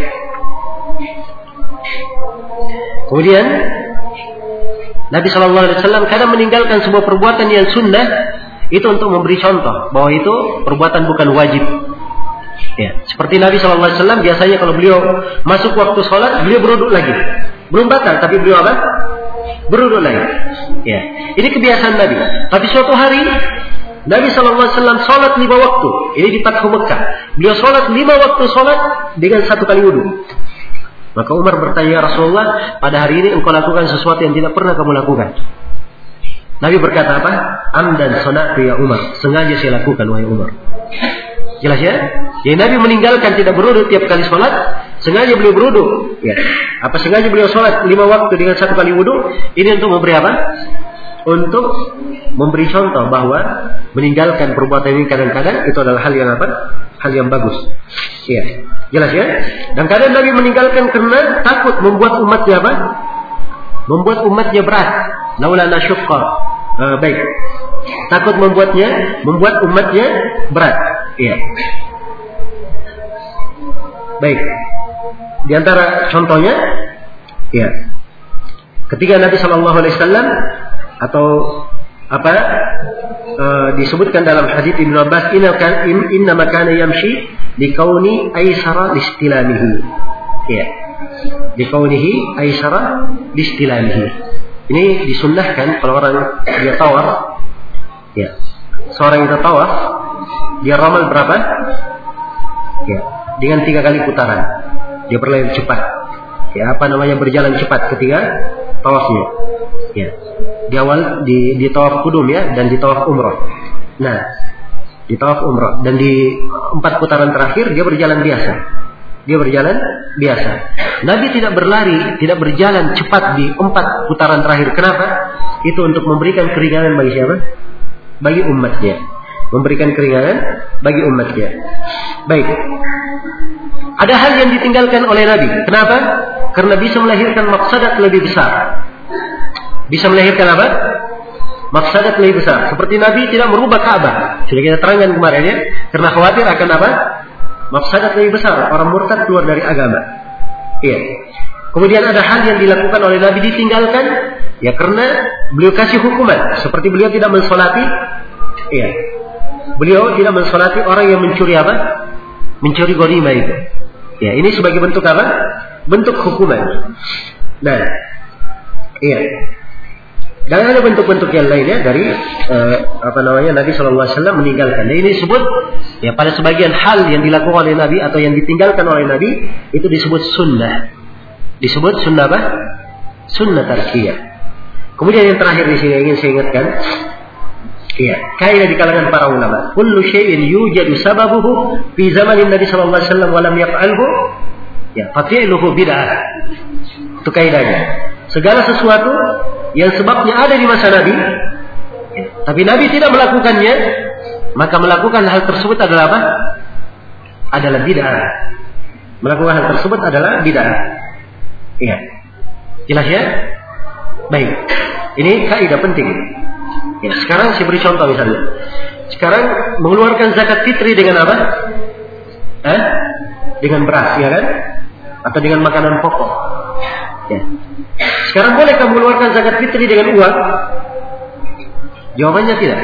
Kemudian Nabi shallallahu alaihi wasallam kadang meninggalkan sebuah perbuatan yang sunnah itu untuk memberi contoh bahwa itu perbuatan bukan wajib. Ya, seperti Nabi shallallahu alaihi wasallam biasanya kalau beliau masuk waktu sholat beliau berwudu lagi, belum batal tapi beliau apa? Berwudu lagi. Ya, ini kebiasaan Nabi. Tapi suatu hari Nabi shallallahu alaihi wasallam sholat lima waktu. Ini di Fathu Mekah. Beliau sholat lima waktu sholat dengan satu kali wudu. Maka Umar bertanya, ya Rasulullah, pada hari ini engkau lakukan sesuatu yang tidak pernah kamu lakukan. Nabi berkata apa? Amdan sonatu ya Umar. Sengaja saya lakukan wahai Umar. Jelas ya? Jadi Nabi meninggalkan tidak berwudu tiap kali sholat. Sengaja beliau berwudu. Ya. Apa sengaja beliau sholat lima waktu dengan satu kali wudu? Ini untuk memberi apa? Untuk memberi contoh bahwa meninggalkan perbuatan ini kadang-kadang itu adalah hal yang apa? Hal yang bagus. Ya. Jelas ya? Dan kadang Nabi meninggalkan karena takut membuat umatnya apa? Membuat umatnya berat. Laula nasyqa. Uh, baik. Takut membuatnya, membuat umatnya berat. Iya. Baik. Di antara contohnya, ya. Ketika Nabi Shallallahu Alaihi Wasallam atau apa uh, disebutkan dalam hadits Ibnu Abbas, inna kan inna makana yamshi dikauni aisara listilamihi. Ya. Dikaunihi aisara listilamihi. Ini disunnahkan kalau orang dia tawaf, ya, seorang itu tawaf, dia ramal berapa? Ya, dengan tiga kali putaran. Dia berlari cepat. Ya, apa namanya berjalan cepat ketika tawafnya. Ya, di awal di di tawaf kudum ya dan di tawaf umrah. Nah, di tawaf umrah dan di empat putaran terakhir dia berjalan biasa. Dia berjalan biasa. Nabi tidak berlari, tidak berjalan cepat di empat putaran terakhir. Kenapa? Itu untuk memberikan keringanan bagi siapa? Bagi umatnya. Memberikan keringanan bagi umatnya. Baik. Ada hal yang ditinggalkan oleh Nabi. Kenapa? Karena bisa melahirkan maqsadat lebih besar. Bisa melahirkan apa? Maqsadat lebih besar. Seperti Nabi tidak merubah Ka'bah. Sudah kita terangkan kemarin ya. Karena khawatir akan apa? Maqsadat lebih besar, orang murtad keluar dari agama. Iya. Kemudian ada hal yang dilakukan oleh Nabi ditinggalkan, ya karena beliau kasih hukuman. Seperti beliau tidak mensolati, iya. Beliau tidak mensolati orang yang mencuri apa? Mencuri ghanimah itu. Ya, ini sebagai bentuk apa? Bentuk hukuman. Nah, iya. Dan ada bentuk-bentuk yang lainnya dari uh, apa namanya Nabi Shallallahu Alaihi Wasallam meninggalkan. Dan ini disebut ya pada sebagian hal yang dilakukan oleh Nabi atau yang ditinggalkan oleh Nabi itu disebut sunnah. Disebut sunnah apa? Sunnah tarkiyah. Kemudian yang terakhir di sini ingin saya ingatkan, ya kaidah di kalangan para ulama, kullu syai'in yujadu sababuhu fi zamanin Nabi Shallallahu Alaihi Wasallam wa lam yaf'alhu, ya fa'iluhu bid'ah. Itu kaidahnya. Segala sesuatu yang sebabnya ada di masa Nabi, tapi Nabi tidak melakukannya, maka melakukan hal tersebut adalah apa? Adalah bid'ah. Melakukan hal tersebut adalah bid'ah. Iya. Jelas ya? Baik. Ini kaidah penting. Ya, sekarang saya beri contoh misalnya. Sekarang mengeluarkan zakat fitri dengan apa? Eh? Dengan beras, ya kan? Atau dengan makanan pokok. Ya. Sekarang boleh kamu mengeluarkan zakat fitri dengan uang? Jawabannya tidak.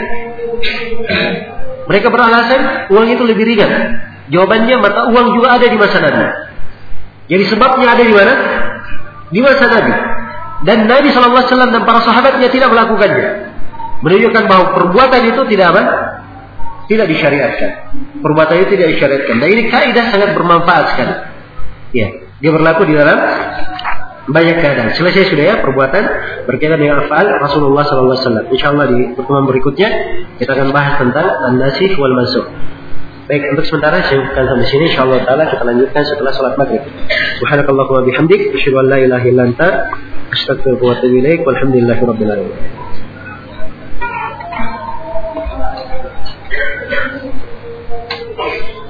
Mereka beralasan uang itu lebih ringan. Jawabannya mata uang juga ada di masa Nabi. Jadi sebabnya ada di mana? Di masa Nabi. Dan Nabi shallallahu alaihi wasallam dan para sahabatnya tidak melakukannya. Menunjukkan bahwa perbuatan itu tidak apa? Tidak disyariatkan. Perbuatan itu tidak disyariatkan. Dan ini kaidah sangat bermanfaat sekali. Ya. Dia berlaku di dalam banyak keadaan. Selesai sudah ya perbuatan berkaitan dengan afal Rasulullah sallallahu alaihi wasallam. Insyaallah di pertemuan berikutnya kita akan bahas tentang an-nasikh wal mansukh. Baik, untuk sementara saya cukupkan sampai sini. Insyaallah taala kita lanjutkan setelah salat maghrib. Subhanakallahumma bihamdik, asyhadu an la ilaha illa anta, astaghfiruka wa atubu ilaik. Walhamdulillahirabbil alamin.